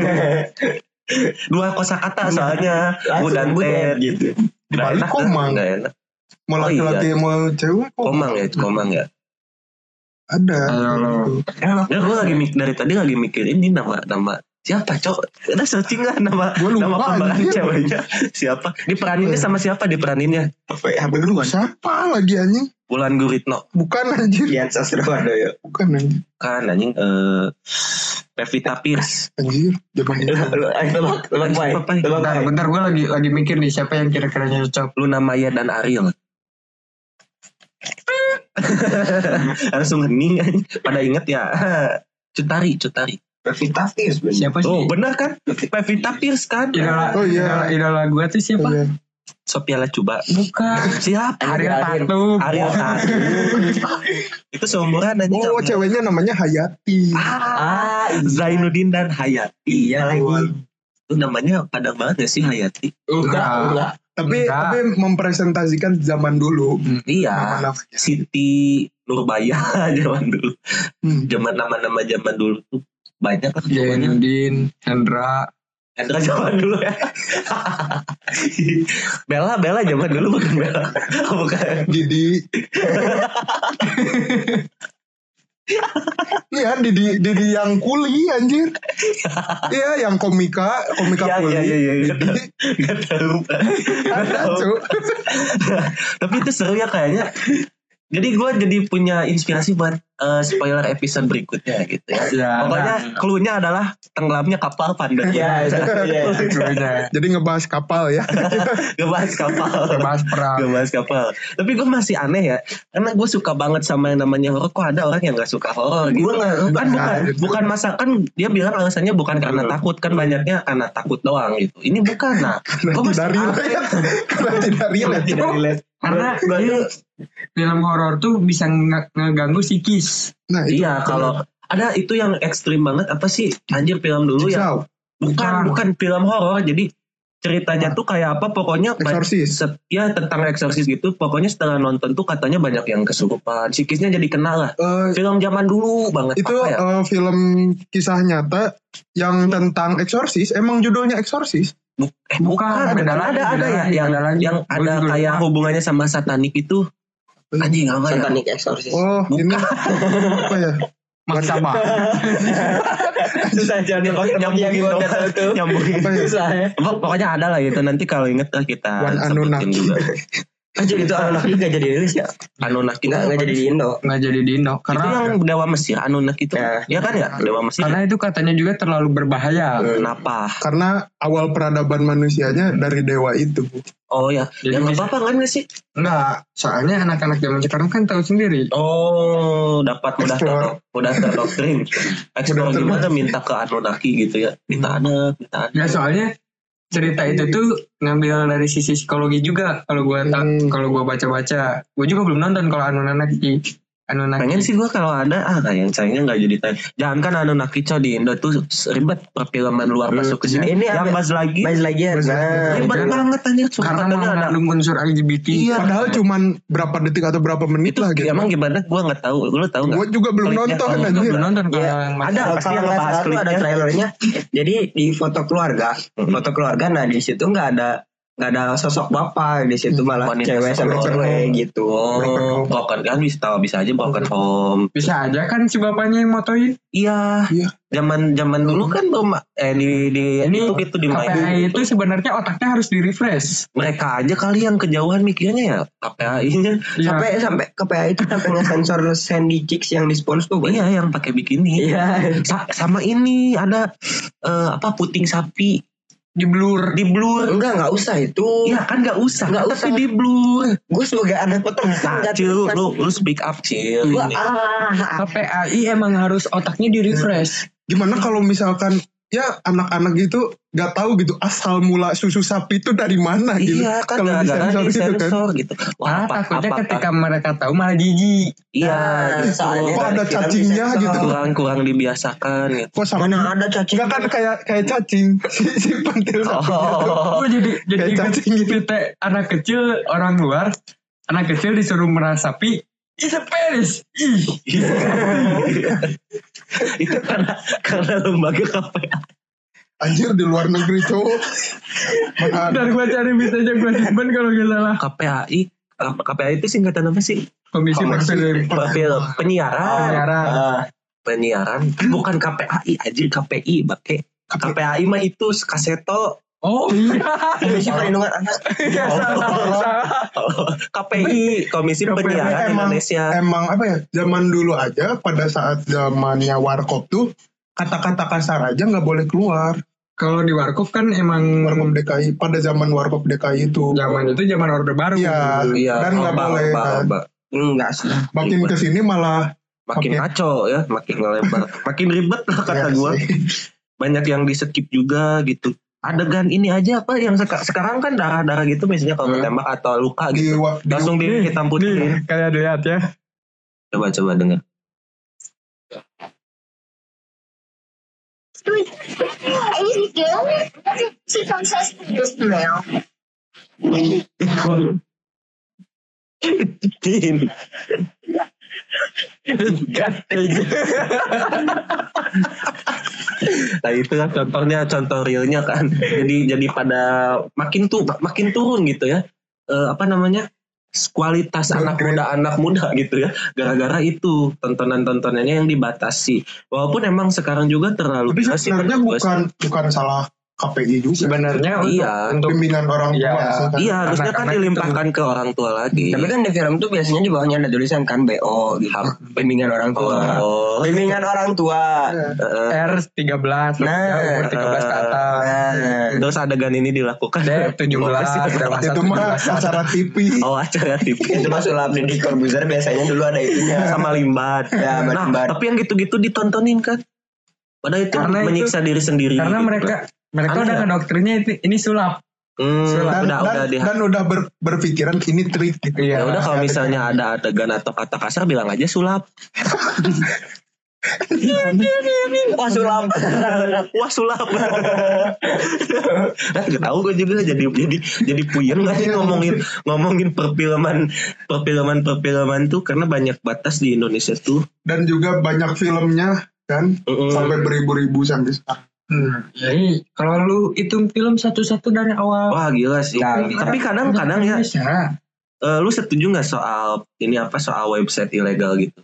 Dua kosakata soalnya. Bud dan tet gitu. Gak Balik enak. komang. Gak enak. Mau Oh, laki-laki mau cewek Komang ya. ada. Ayo. Ya gue dari tadi lagi mikir ini nama siapa cok? Ada searching lah nama Gua lupa, kembaran anjing. ceweknya siapa? Diperaninnya sama siapa diperaninnya? Aduh, siapa lagi anjing? Wulan Guritno. Bukan anjir. Dian Sastrowardoyo. Bukan anjir. Kan anjing Pevita Pierce. Anjir. Zaman itu. Bentar gue lagi mikir nih siapa yang kira-kira cocok. Luna Maya dan Ariel. Langsung hening anjing. Pada inget ya. Cutari. Pevita Pierce bener. Siapa sih? Oh benar kan? Pevita Pierce kan? Oh, iya. Idola gue tuh siapa? Iya. Sophia Lacuba. Bukan. Siapa? Ariel Tatum. Ariel Tatum. Itu seumuran anjing. Oh, ceweknya namanya Hayati. Zainuddin dan Hayati. Iya lagi. Itu namanya padang banget ya sih Hayati. Enggak. Tapi Enggak. tapi mempresentasikan zaman dulu. Iya. Nama-namanya. Siti Nurbaya zaman dulu. Hmm. Nama-nama zaman dulu tuh banyak lah. Jainuddin, Hendra. Hendra zaman dulu ya. Bella zaman dulu bukan Bella. Oh, bukan. Didi. Iya, Didi yang kuli anjir. Iya, yang komika kuli. Iya. Gak tahu. Ada, Cuk. Tapi itu seru ya kayaknya. Jadi gue jadi punya inspirasi buat spoiler episode berikutnya gitu ya. Ya, Pokoknya cluenya adalah tenggelamnya kapal Panda. Iya. Jadi ngebahas kapal ya. Ngebahas kapal. Bahas perang. Tapi gue masih aneh ya. Karena gue suka banget sama yang namanya horor. Kok ada orang yang gak suka horor gitu. Kan bukan masa. Kan dia bilang alasannya bukan karena takut. Kan banyaknya karena takut doang gitu. Ini bukan. Nah. Gue masih Karena tidak relate. Karena film horor tuh bisa ngeganggu psikis. Nah, itu Iya kalau ada itu yang ekstrim banget. Apa sih anjir film dulu ya. Bukan film horor. Jadi ceritanya tuh kayak apa. Pokoknya Exorcist. ya tentang eksorsis gitu. Pokoknya setelah nonton tuh katanya banyak yang kesurupan. Psikisnya jadi kena lah. Film zaman dulu banget. Itu apa ya? film kisah nyata yang tentang eksorsis. Emang judulnya eksorsis. Bukan, beda lagi, ada beda ya lagi, yang beda lagi. yang ada Gua juga kayak lupa. hubungannya sama satanik itu. Anjing apa ya? Satanic Exorcist. Oh, ini apa ya? Maksa banget. Susah jangan Nyambungin gue dong. gak tahu tuh. Nyambungin. Apa ya? Susah ya. Pokoknya ada lah gitu. Nanti kalau inget lah kita One sebutin Anunnaki. juga. Anjir itu Anunnaki gak jadi rilis ya? Anunnaki Nggak jadi di Indo. Nggak jadi di Indo. itu Karena yang Dewa Mesir Anunnaki itu. Ya. Ya kan ya Dewa Mesir. karena itu katanya juga terlalu berbahaya. Kenapa? Karena awal peradaban manusianya dari dewa itu. Oh ya. Jadi Ya nggak bisa- apa-apa kan nggak sih? Enggak, soalnya anak-anak zaman sekarang kan tahu sendiri. Oh, dapat mudah Explore. terdoktrin. Explore Mudah gimana minta ke Anunnaki gitu ya. Minta ada. Ya soalnya cerita itu tuh ngambil dari sisi psikologi juga. Kalau gua kalau gua baca-baca, gua juga belum nonton kalau Anunnaki. Pengen sih gue kalau ada yang sayangnya nggak jadi tayang. Jangan kan Anunnaki coy di Indo tuh ribet perfilman luar masuk ke sini. Ini yang ada- Buzz lagi Buzz Lightyear. Nah, ribet banget anjir. Karena Katanya ada mengandung unsur LGBT. Iya. Padahal cuman berapa detik atau berapa menit itu lah gitu. emang gimana gue nggak tahu. Lu tahu nggak? Gue juga belum Kliknya nonton kalau anjir. Belum nonton kalau Iya, yang ada. kalau Pasti yang nggak ngebahas salah tuh ada klipnya. trailernya. Jadi di foto keluarga, nah di situ nggak ada sosok bapak di situ, malah Wanita cewek sama solo. cewek gitu. Oh, broken kan bisa aja broken home. Bisa aja kan si bapaknya yang motoin. Iya. Iya. Zaman dulu kan belum di Ini itu gitu KPI dimainin. itu sebenarnya otaknya harus di-refresh. Mereka aja kali yang kejauhan mikirnya ya KPI-nya. Iya. Sampai KPI itu sampai nge-sensor Sandy Chicks yang di SpongeBob. Iya yang pakai bikini. Iya. Sama ini ada puting sapi Di blur. Enggak usah itu. Iya kan nggak usah. Nggak Tapi usah. di blur. Gue sebagai anak peternak Nah, Cil, lu speak up Cil. Gua Ini. KPI emang harus otaknya di-refresh. Gimana kalau misalkan ya anak-anak gitu gak tahu gitu asal mula susu sapi itu dari mana gitu. Iya kan Kalau gara-gara disensor gitu kan. disensor gitu. Wah, takutnya apakah- ketika mereka tahu malah jijik. Iya gitu. soalnya Kok ada kita cacingnya disensor. gitu? kurang dibiasakan gitu. Kok sama Mana ada cacing? Enggak kan kayak cacing si pentil sapi. Oh, Gue jadi Kayak cacing gitu. anak kecil orang luar, anak kecil disuruh merah sapi, It's a Paris. Itu karena lembaga KPA. Anjir di luar negeri cowok. Mana Dan gue cari bisa aja gue simpan kalau gak salah. KPAI itu singkatan apa sih? Komisi Penyiaran. Penyiaran bukan KPAI aja, KPI pakai. KPAI mah itu kaseto. Oh iya. Komisi Perlindungan Anak. KPI, Komisi Penyiaran Indonesia. emang apa ya? Zaman dulu aja pada saat zamannya Warkop tuh kata-kata kasar aja nggak boleh keluar. Kalau di Warkop kan emang Warkop DKI pada zaman Warkop DKI itu. zaman Orde Baru. Iya. Dan nggak boleh. Kan. Enggak sih. Makin kesini malah Makin kacau ya, makin lebar, makin ribet lah kata Iya gue. sih. Banyak yang di skip juga gitu. Adegan ini aja apa yang sekarang kan darah-darah gitu misalnya kalau ketembak atau luka gitu. Langsung hitam putih. Nih, kalian lihat ya. Coba dengar. Nah itu kan contoh realnya kan. Jadi pada makin turun gitu ya. Apa namanya? Kualitas anak muda gitu ya. Gara-gara itu tontonannya yang dibatasi. Walaupun emang sekarang juga terlalu Tapi sebenarnya bukan salah KPI juga. Sebenarnya untuk bimbingan orang tua. Iya, harusnya kan dilimpahkan ke orang tua lagi. Tapi kan di film tuh biasanya di bawahnya ada tulisan kan BO gitu. Bimbingan orang tua. Bimbingan orang tua. R13 umur 13 ke atas. Terus adegan ini dilakukan D17 Itu mah acara TV. Oh, acara TV. Itu mah sulap Deddy Corbuzier biasanya dulu ada itunya. Sama limbat. Ya, nah, tapi yang gitu-gitu ditontonin kan. Padahal itu Karena menyiksa diri sendiri. Karena mereka udah ngedoktrinnya ini sulap. Dan udah berpikiran ini trik gitu. Ya udah kalau misalnya ada adegan atau kata kasar bilang aja sulap. Wah sulap. Nggak tahu gue juga jadi puyeng nggak sih ngomongin perfilman tuh karena banyak batas di Indonesia tuh. Dan juga banyak filmnya kan sampai beribu-ribu sampai sekarang. Jadi kalau lu hitung film satu-satu dari awal. Wah gila sih. Tapi kadang-kadang ya. Lu setuju nggak soal website ilegal gitu?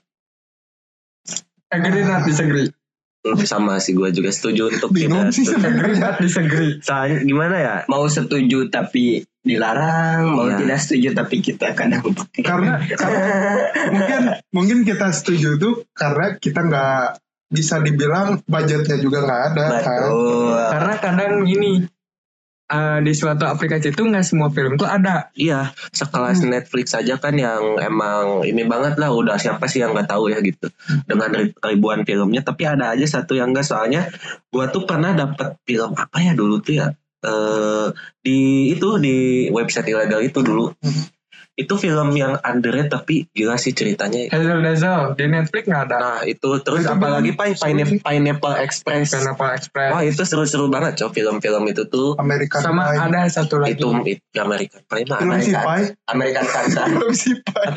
Disagree. Sama sih gue juga setuju untuk bingung sih disagree. Soalnya gimana ya? Mau setuju tapi dilarang, mau tidak setuju tapi kita kadang pakai. Karena mungkin kita setuju tuh karena kita nggak bisa dibilang budgetnya juga nggak ada. Betul. Kan? Karena kadang gini, di suatu aplikasi itu nggak semua film tuh ada. Iya, sekelas Netflix aja kan yang emang ini banget lah. Udah siapa sih yang nggak tahu ya gitu. Dengan ribuan filmnya, tapi ada aja satu yang nggak. Soalnya gua tuh pernah dapet film apa ya dulu tuh ya. Di website ilegal itu dulu. Itu film yang underrated tapi gila sih ceritanya. Hazel Dazzle di Netflix nggak ada. Nah itu terus apalagi Pineapple Express. Wah itu seru-seru banget cow film-film itu tuh. American sama Pie. Ada satu lagi. Itu American Pie. Film si Pie. American Kansa. Film si Pie.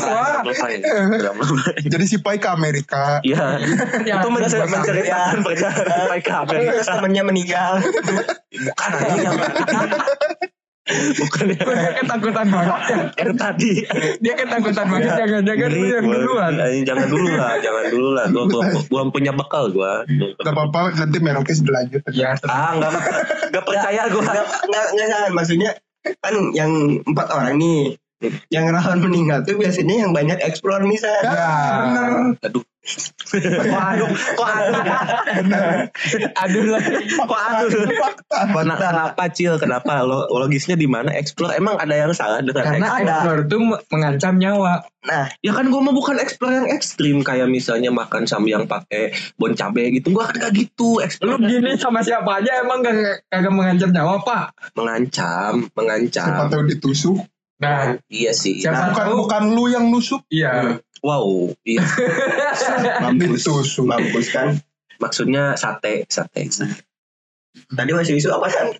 Jadi si Pie ke Amerika. Iya. Itu menceritakan perjalanan Pie ke Amerika. Terus temennya meninggal. Bukan aja. Bukan ya. Dia ketakutan banget. Tadi Dia ketakutan banget. Jangan yang duluan. Jangan dulu lah. Gua punya bekal gua. Gak apa-apa nanti Merokis berlanjut. Ya. Gak percaya gua. Nggak salah. Maksudnya kan yang 4 orang nih. Yang rawan meninggal tuh biasanya yang banyak explore misalnya. Ya, bener. Aduh. Kok aduh. Kenapa Cil? Kenapa logisnya di mana? Explore emang ada yang salah dengan karena explore itu mengancam nyawa. Nah, ya kan gue mah bukan explore yang ekstrim kayak misalnya makan sambil pakai bon cabe gitu. Gue kan gak gitu. Lu gini sama siapa aja emang kagak mengancam nyawa, Pak? Mengancam. Siapa tahu ditusuk. Nah, iya sih. Bukan lu yang nusuk. Iya. Wow, iya. Mampus kan. Maksudnya sate. Tadi masih isu apa kan?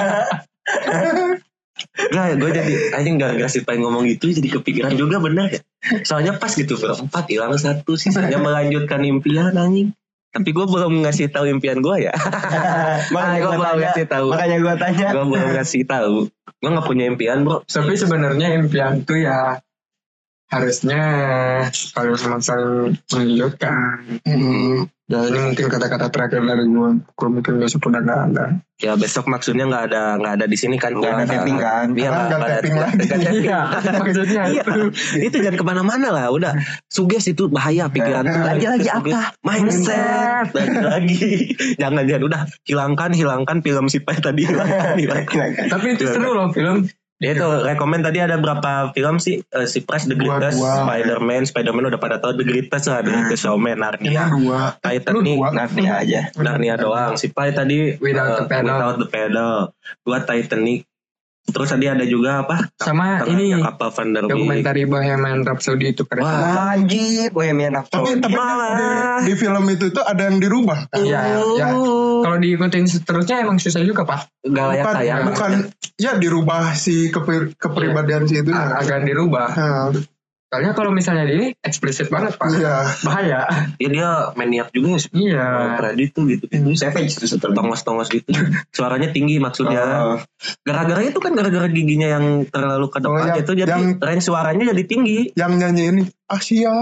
Gue jadi anjing gak sih pengen ngomong gitu jadi kepikiran juga benar ya. Soalnya pas gitu film 4 hilang 1, sisanya melanjutkan impian anjing. Tapi gue belum ngasih tahu impian gue ya. Makanya gue tanya. Gue belum ngasih tahu. Gue nggak punya impian bro. Tapi sebenarnya impian tuh ya harusnya kalau memang saling melanjutkan. Ya ini mungkin kata-kata terakhir dari gue mungkin besok udah nggak ada. Ya besok maksudnya nggak ada di sini kan? Nggak ada tapping kan? Iya Nggak tapping lagi. Iya, maksudnya itu. Itu jangan kemana-mana lah. Udah suges itu bahaya pikiran tuh. Lagi apa? Mindset. Lagi. Jangan udah hilangkan film si Pai tadi. Hilangkan. Tapi itu seru loh film. Dia tuh rekomen tadi ada berapa film sih? Si Price, The Greatest, Spider-Man udah pada tahu The Greatest lah, The Greatest Showman, Narnia, Titanic, Narnia doang. Si Pai tadi Without the Pedal, gua Titanic. Terus tadi ada juga apa? Sama ini Kapal Van der Beek. dokumenter Bohemian Rhapsody itu keren. Wah, Anjir, Bohemian Rhapsody. Tapi di film itu tuh ada yang dirubah. Iya, ya. Kalau diikutin seterusnya emang susah juga pak. Gak layak tayang. Bukan ya dirubah si kepribadian si itu. Agak dirubah. Nah, Soalnya kalau misalnya ini eksplisit banget pak. iya. Bahaya. Ya dia maniak juga ya. Iya. Freddy tuh gitu. Savage itu Tongos-tongos gitu. Suaranya tinggi maksudnya. Gara-gara itu kan gara-gara giginya yang terlalu ke depan itu jadi range suaranya jadi tinggi. Yang nyanyi ini Asia.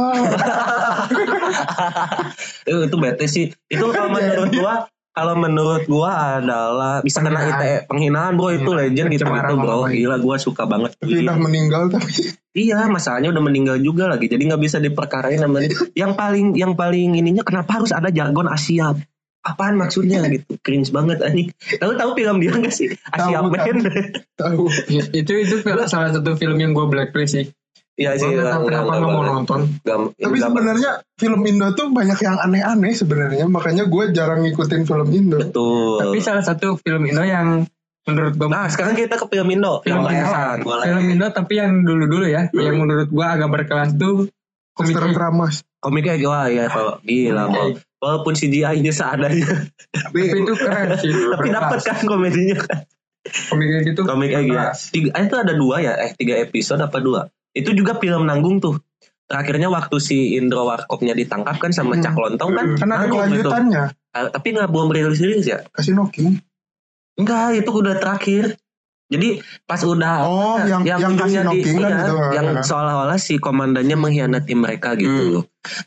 Itu bete sih. Itu kalau menurut gua adalah bisa kena ITE penghinaan bro, itu legend gitu bro. Gila gua suka banget. Tapi udah meninggal tapi. Iya, masalahnya udah meninggal juga lagi. Jadi nggak bisa diperkarain namanya. Yang paling ininya kenapa harus ada jargon Asia? Apaan maksudnya gitu? Cringe banget anjing. Tahu film dia enggak sih? Asia Man. Tahu. Itu salah satu film yang gue blacklist sih. Iya sih. Kenapa nggak mau nonton? Tapi sebenarnya film Indo tuh banyak yang aneh-aneh sebenarnya. Makanya gue jarang ngikutin film Indo. Betul. Tapi salah satu film Indo yang menurut gue. Nah sekarang kita ke film Indo. Film Indo tapi yang dulu ya. Yang menurut gue agak berkelas tuh Mr. Kramas. Komiknya wah ya kalau gila walaupun CGI-nya seadanya. Tapi itu keren sih. Tapi dapat kan komedinya kan. Komiknya gitu. Komiknya gitu. Itu ada 3 episode apa 2. Itu juga film nanggung tuh. Terakhirnya waktu si Indro Warkopnya ditangkap kan sama Cak Lontong kan. Kan ada kelanjutannya. Tapi nggak belum rilis ya. Casino King. Enggak, itu udah terakhir. Jadi pas udah yang Casino King kan itu. Yang seolah-olah si komandannya mengkhianati mereka gitu loh.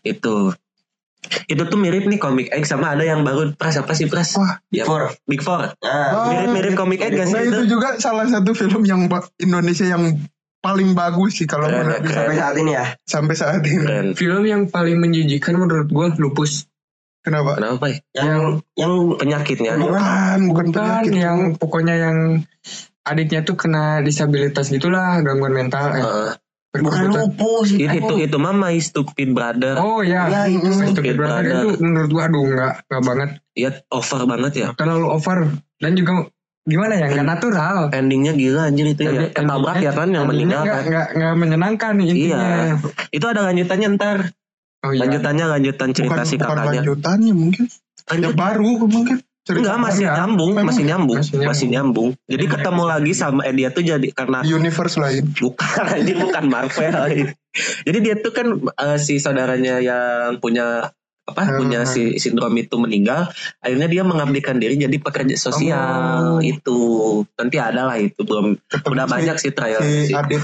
Itu tuh mirip nih Comic Egg sama ada yang baru apa sih Pras? Big Four. Mirip Comic Egg gak sih? Nah itu juga salah satu film yang Indonesia yang paling bagus sih kalau menurut sampai saat ini ya. Sampai saat ini. Keren. Film yang paling menjijikan menurut gue Lupus. Kenapa ya? Yang penyakitnya. Bukan penyakit. Yang pokoknya yang adiknya tuh kena disabilitas gitulah, gangguan mental. Bukan lupus. Itu mah My Stupid Brother. Oh ya, itu My Stupid Brother itu menurut gua enggak banget. Iya, over banget ya. Terlalu over dan juga gimana ya, enggak natural. Endingnya gila anjir itu ya. Ketabrak ya kan yang meninggal kan. Enggak menyenangkan intinya. Iya. Itu ada lanjutannya ntar. Oh, iya. Lanjutan cerita si kakaknya. Bukan lanjutannya mungkin. Ya baru mungkin. Enggak, masih nyambung. Jadi ketemu lagi sama dia tuh jadi karena universe lain. Bukan Marvel. Jadi dia tuh kan si saudaranya yang punya punya si sindrom itu meninggal, akhirnya dia mengabdikan diri jadi pekerja sosial itu. Nanti ada lah itu belum udah banyak sih trial si Adit.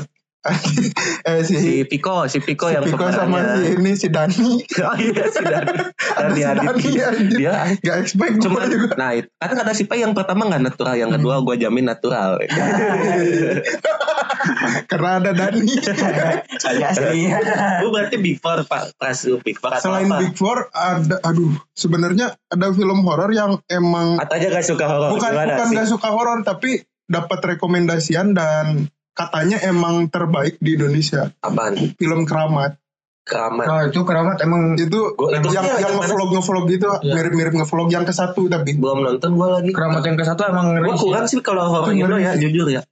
si Piko yang Piko sama si Dani. Oh iya si Dani dia gak expect cuma juga. Nah itu karena kata si Pai yang pertama gak natural, yang kedua gue jamin natural. Karena ada Dani. Saya sih. Gue berarti Big Four Pak. Pas Big Four atau selain apa? Big Four ada sebenarnya ada film horor yang emang atau aja gak suka horor. Bukan gak suka horor tapi dapat rekomendasian dan katanya emang terbaik di Indonesia. Apaan? Film Keramat. Nah, itu Keramat emang itu yang ngevlog gitu, mirip ngevlog yang ke-1 tapi belum nonton gue lagi. Keramat yang ke-1 emang gue kurang sih kalau horor Indo ya, jujur ya.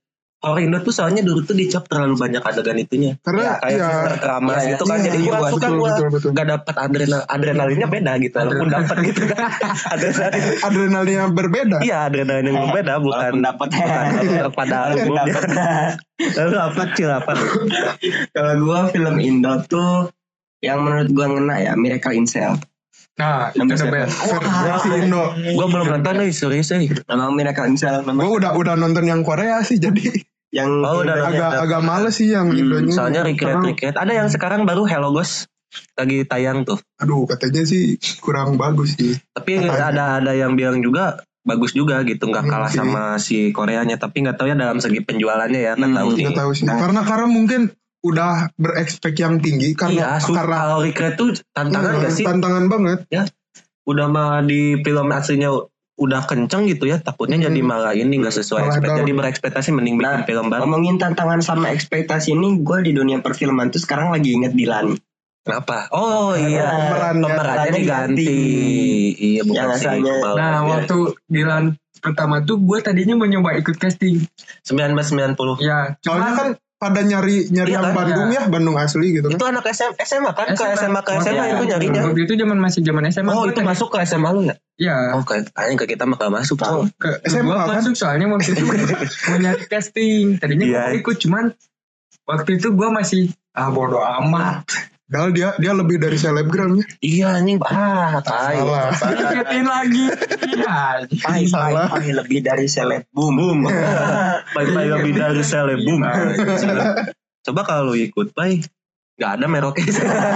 Kalau Indo tuh soalnya dulu tuh dicap terlalu banyak adegan itunya. Karena Kayak sister keramas Iya, gitu kan. iya, Jadi iya, gue suka gue betul. gak dapet adrenalinnya beda gitu. Walaupun dapet gitu kan. Adrenalinnya berbeda. Iya adrenalin yang berbeda. Bukan dapat pada umumnya. Lalu apa Cil apa? Kalau gue film Indo tuh yang menurut gue ngena ya Miracle in Cell. Nah, itu Number the seven. best. Versi Indo. Gue belum nonton nih serius nih. Memang Miracle in Cell memang Gue udah nonton yang Korea sih, jadi yang udah agak males sih yang Indonya. Soalnya Karena- recreate. Ada yang sekarang baru Hello Ghost lagi tayang tuh. Aduh, katanya sih kurang bagus sih. Tapi ada yang bilang juga bagus juga gitu, nggak kalah Oke. sama si Koreanya. Tapi nggak tahu ya dalam segi penjualannya ya, nggak tahu nih. Nggak tahu sih. Karena mungkin udah berekspek yang tinggi Iya, karena kalau recreate tuh tantangan nggak sih? tantangan banget. Udah mah di film aslinya udah kenceng gitu ya, takutnya jadi malah ini nggak sesuai Malah ekspektasi. down. Jadi berekspektasi mending bikin Nah, film baru. ngomongin tantangan sama ekspektasi ini, gue di dunia perfilman tuh sekarang lagi inget Dilan. Kenapa? Oh iya, Pemerannya pemerannya diganti. Iya, bukan Yang sih. asalnya- Kepala. Nah, waktu Dilan pertama tuh gue tadinya mau nyoba ikut casting. 1990. Ya, Soalnya cuma kan pada nyari Iya yang kan? Bandung ya, Bandung asli gitu kan. Itu anak SMA kan? Ke SMA Iya. itu nyarinya. Waktu itu masih zaman SMA. Oh Gua itu tadi- masuk ke SMA lu ya? Iya. Oh kayaknya ke kita mah gak masuk. Oh. Ke SMA gua kan? masuk soalnya waktu itu mau nyari casting. Tadinya Iya. gua mau ikut, cuman waktu itu gue masih bodo amat. Padahal dia lebih dari selebgram ya. Iya anjing. Tai. Salah. Ikutin lagi. Iya. Salah. Pai lebih dari seleb boom. Boom. Pai lebih dari selebum. Coba kalau lu ikut Pai. Gak ada meroknya.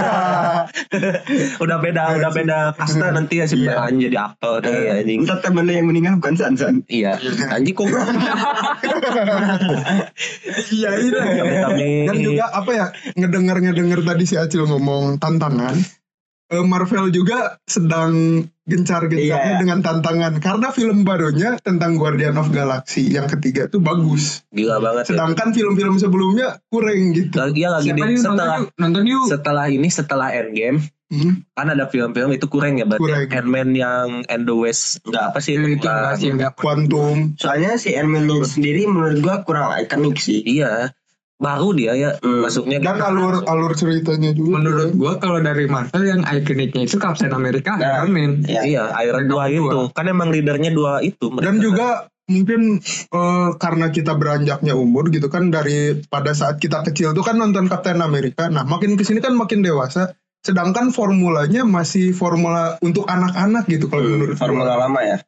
udah beda kasta nanti ya si Iya. Pai jadi aktor nih anjing. Entah temen lu yang meninggal bukan Sansan. Iya. Anjing kok. Iya itu. Dan juga apa ya, ngedenger tadi si Acil ngomong tantangan. Marvel juga sedang gencar-gencarnya Iya. dengan tantangan. Karena film barunya tentang Guardian of Galaxy yang ketiga tuh bagus. Gila banget ya. Sedangkan film-film sebelumnya kurang gitu. Iya lagi Siapa di nih nonton yuk. setelah Endgame kan ada film-film itu kurang ya berarti Kurang. Ant-Man yang End the West enggak apa sih Itu bukan. masih enggak. Quantum. Soalnya si Ant-Man sendiri menurut gua kurang ikonik sih. Iya baru dia ya masuknya Dan alur ceritanya juga. Menurut gue kalau dari Marvel yang ikoniknya itu Captain America, Nah, Iron Man. Ya. iya Iron 2 itu kan emang leadernya 2 itu mereka. Dan juga mungkin karena kita beranjaknya umur gitu kan, dari pada saat kita kecil tuh kan nonton Captain America. Nah makin kesini kan makin dewasa. Sedangkan formulanya masih formula untuk anak-anak gitu kalau menurut Formula lama ya.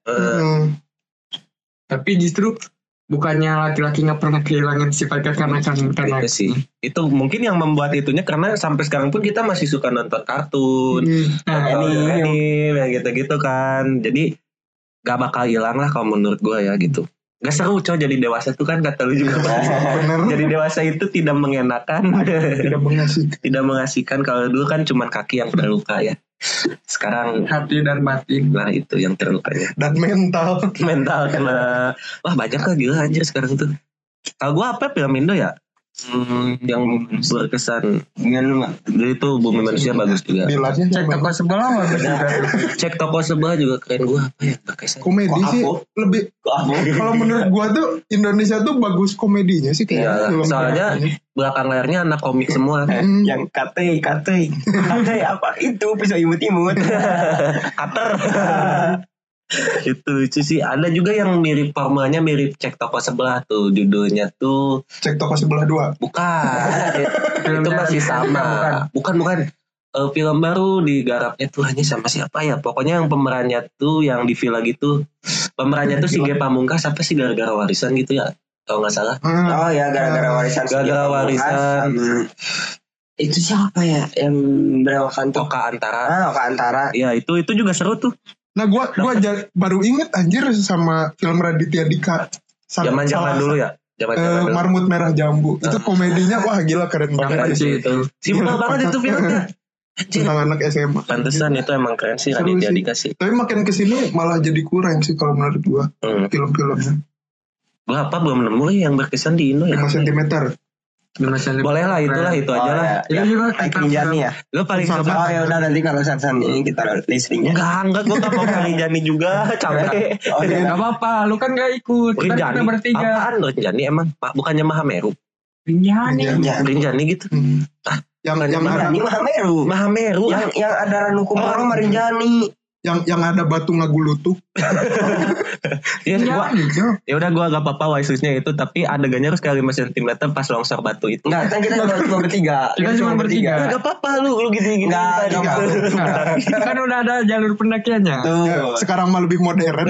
Tapi justru bukannya laki-laki nggak pernah kehilangan sifat kekanakan karena Itu sih itu mungkin yang membuat itunya karena sampai sekarang pun kita masih suka nonton kartun Nah, anime ya gitu-gitu kan jadi gak bakal hilang lah kalau menurut gue ya gitu. Gak seru coy jadi dewasa tuh kan kata lu juga Bener. jadi dewasa itu tidak mengenakan Tidak mengasih. tidak mengasihkan. Kalau dulu kan cuman kaki yang terluka ya, sekarang hati dan batin. nah itu yang terlukanya Dan mental. mental kena wah banyak lah gila anjir sekarang tuh. Kalau gue apa film Indo ya yang berkesan Dengan lu mah. jadi itu Bumi Manusia bagus juga. Bilangnya Cek sama. toko sebelah bagus juga. Cek toko sebelah juga keren. Gue apa ya berkesan Komedi Kok sih aku? lebih. Kalau menurut gua tuh Indonesia tuh bagus komedinya sih Iya, film soalnya belakang layarnya anak komik semua. Yang katei apa itu pisau imut-imut. Cutter. Itu lucu sih. Ada juga yang mirip formulanya mirip Cek Toko Sebelah tuh judulnya tuh Cek toko sebelah 2. bukan. Itu Filmnya masih sama. Bukan. Film baru digarapnya tuh hanya sama siapa ya? Pokoknya yang pemerannya tuh yang di villa gitu. Pemerannya tuh si Ge Pamungkas apa sih gara-gara warisan gitu ya? Kalau nggak salah. Oh ya gara-gara warisan. Gara-gara warisan. Itu siapa ya yang berewakan tuh? Oka Antara. Oka Antara. Ya itu juga seru tuh. Nah gua baru inget anjir sama film Raditya Dika. Zaman-zaman dulu ya. Zaman-zaman dulu. Marmut Merah Jambu. Itu komedinya wah gila keren banget sih. Itu. Simpel banget itu filmnya. Anjir. Tentang anak SMA. Pantesan itu emang keren sih Seru Raditya sih. Dika sih. Tapi makin kesini malah jadi kurang sih kalau menurut gua film-filmnya. Gua apa belum nemu yang berkesan di Indo ya? 5 cm. Boleh lah, itulah itu aja lah. Itu juga Baik Rinjani ya. Lu paling Sama. suka. Oh ya udah nanti kalau Sansan ini kita listriknya. Enggak, gue gak mau Rinjani juga, capek. Oh iya. Gak apa-apa, lu kan gak ikut. Kita Rinjani, bertiga. apaan Rinjani emang? Bukannya Mahameru? Rinjani. Rinjani gitu. Yang ada Rinjani Mahameru. Mahameru. Yang ada Ranu Kumbolo sama Rinjani. yang ada batu ngagulutuk. Ya, Rinjani, Jo. ya udah gue gak apa-apa waisusnya itu, tapi adegannya harus kali 5 cm pas longsor batu itu. Enggak, kan kita cuma bertiga. Kita cuma bertiga. Ya, gak apa-apa lu gini-gini Enggak, tadi enggak. gitu. Nah, kan udah ada jalur pendakiannya. Tuh. Sekarang mah lebih modern.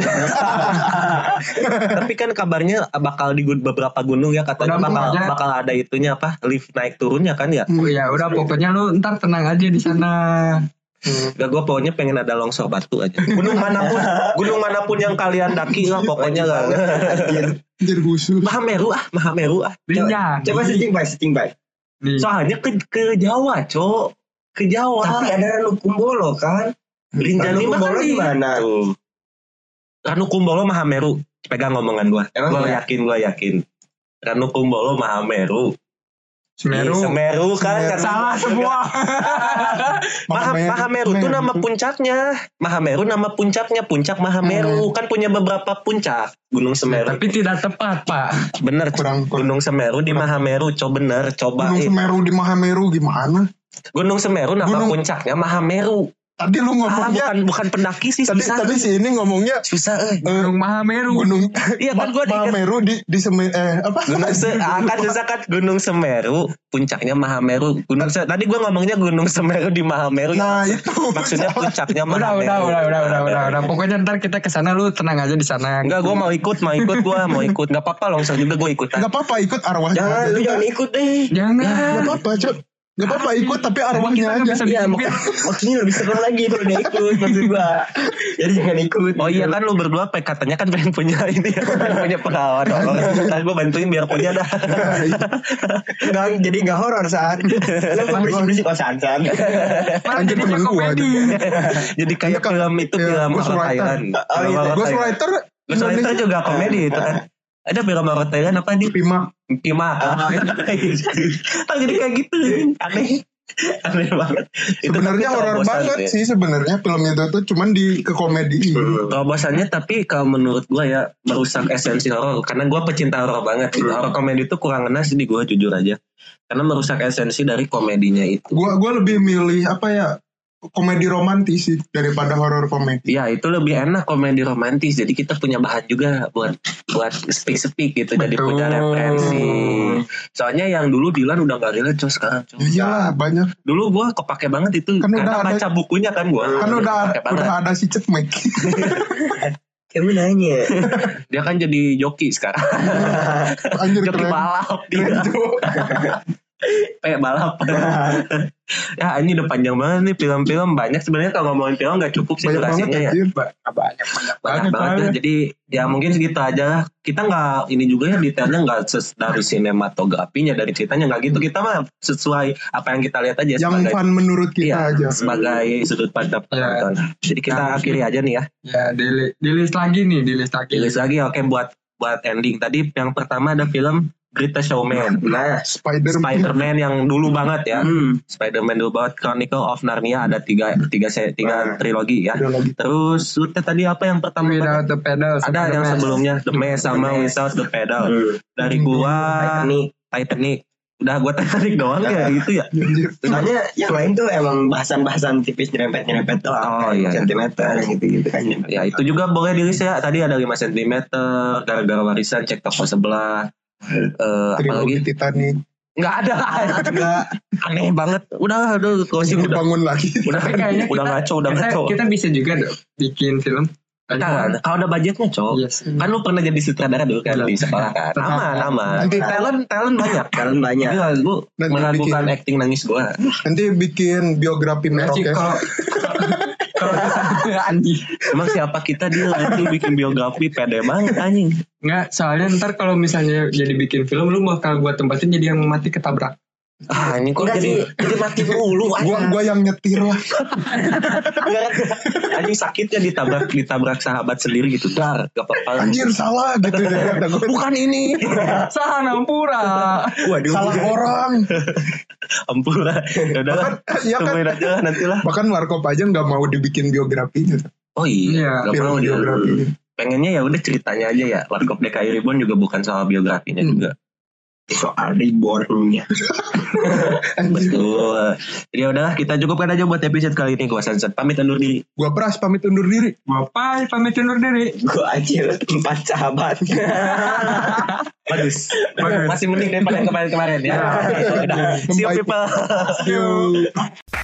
Tapi kan kabarnya bakal di beberapa gunung ya, katanya Udah, bakal ada itunya apa, lift naik turunnya kan ya. Ya udah pokoknya lu ntar tenang aja di sana. Gak, gue pokoknya pengen ada longsor batu aja. Gunung manapun yang kalian daki lah pokoknya lah. Jadi khusus. Mahameru ah. Rinjani. Coba setting by. Nih. Soalnya ke Jawa, Cok. Ke Jawa. Tapi ada Ranu Kumbolo kan. Rinjani Ranu mah Kumbolo kan gimana? Tuh. Ranu Kumbolo Mahameru. Pegang ngomongan gua. Emang Gua ya? yakin. Ranu Kumbolo Mahameru. Semeru kan Salah semua. Mahameru itu nama puncaknya. Mahameru nama puncaknya, puncak Mahameru. Kan punya beberapa puncak. Gunung Semeru. Tapi tidak tepat, Pak. Bener, Kurang. Gunung Semeru di Mahameru. Coba Gunung Semeru di Mahameru gimana? Gunung Semeru nama puncaknya Mahameru. Tadi lu ngomongnya Bukan pendaki sih, tadi si ini ngomongnya susah. Gunung Mahameru. gunung Iya kan gua Mahameru di apa? Kan susah kan Gunung Semeru puncaknya Mahameru. Tadi gua ngomongnya Gunung Semeru di Mahameru. Nah, itu maksudnya puncaknya Mahameru. Udah. Pokoknya ntar kita kesana, lu tenang aja di sana. Enggak, gua mau ikut. Enggak apa-apa longsor juga gua ikutan. Gak apa-apa ikut arwahnya. Jangan, lu jangan ikut deh. Jangan. Gak apa-apa, Cok. Gak apa-apa ikut tapi arwahnya aja. Iya, maksudnya lebih seru lagi kalau dia ikut maksud gua. Jadi jangan ikut. Oh iya kan lu berdua katanya kan pengen punya ini ya, pengen punya pengalaman horor. Ntar gue bantuin biar punya dah. Jadi nggak horor saat. Lu bersih-bersih kosan-kosan. Anjir temen gua aja. Jadi kayak film itu, film horor Thailand. Ghostwriter Ghostwriter juga komedi itu kan. Ada film horor Thailand apa di Pima. Jadi kayak gitu. Aneh banget. Sebenarnya horor banget sih sebenarnya filmnya itu tuh cuman ke komedi. Terobosannya tapi kalau menurut gue ya merusak esensi horor, karena gue pecinta horor banget. Horor komedi itu kurang ngena sih di gue, jujur aja. Karena merusak esensi dari komedinya itu. Gua lebih milih apa ya, komedi romantis sih daripada horor komedi. Ya itu lebih enak komedi romantis. Jadi kita punya bahan juga buat speak gitu. Jadi punya referensi. Soalnya yang dulu Dilan udah gak relate sekarang. Iya banyak. Dulu gue kepake banget itu. Kan karena udah baca bukunya kan gue. Kan udah ada si Cekmek. Kamu nanya. Dia kan jadi joki sekarang. Anjir Joki keren. balap dia. Kayak balap. Ya ini udah panjang banget nih film-film. Banyak sebenarnya kalau ngomongin film gak cukup sih durasinya ya. Banyak banget ya. Jadi ya mungkin segitu aja. Kita gak ini juga ya, detailnya gak dari sinematografinya, dari ceritanya gak gitu. Kita mah sesuai apa yang kita lihat aja. Yang fun menurut kita aja. Sebagai sudut pandang penonton. Jadi kita akhiri aja nih ya. Ya di list lagi. Di list lagi oke, buat ending. Tadi yang pertama ada film Greatest Showman. Nah, Spider-Man yang dulu banget ya. Spider-Man dulu banget. Chronicle of Narnia ada tiga trilogi ya. Terus udah tadi apa yang pertama? Without the Pedal. Ada yang sebelumnya The Maze sama Without the Pedal. Dari gua Titanic. Udah gua Titanic doang ya gitu ya. soalnya yang lain tuh emang bahasan-bahasan tipis nyerempet doang. Oh iya. Sentimeter gitu kan. Ya itu juga boleh dirilis ya. Tadi ada 5 cm. Gara-gara warisan, cek toko sebelah. Apalagi Titanic. Nggak ada. Aneh banget. Udah closing udah Dibangun lagi. Kayaknya udah ngaco. Kita bisa juga bikin film. Kan, kalau ada budgetnya cok. Yes. Kan lu pernah jadi sutradara dulu kan di sekolah kan. Aman. Nanti talent banyak. Jadi lu meragukan acting nangis gua. Nanti bikin biografi Merokes. Anjing. Emang siapa kita dia nanti bikin biografi pede banget anjing. Enggak, soalnya ntar kalau misalnya jadi bikin film, lu bakal gua tempatin jadi yang mati ketabrak. Ini kok jadi mati mulu. Gua yang nyetir lah. Anjing sakitnya ditabrak sahabat sendiri gitu. Gak apa-apa. Anjir salah gitu deh. Bukan ini. Salah Ampura. Waduh. Salah orang. Ampura. Udah lah. Ya kan. Tungguin aja lah nantilah. Bahkan Warkop aja nggak mau dibikin biografinya. Oh iya. Gak mau dia. Biografi. Pengennya ya udah ceritanya aja ya. Warkop DKI Reborn juga bukan soal biografinya juga. Soal reborn-nya. Betul. Jadi udahlah kita cukupkan aja buat episode kali ini. Gua Sansan pamit undur diri. Gua Pras pamit undur diri. Gua Pai pamit undur diri. Gue Acil 4 sahabat. Bagus. Masih mending daripada yang kemarin-kemarin ya. Udah. See you people. See you.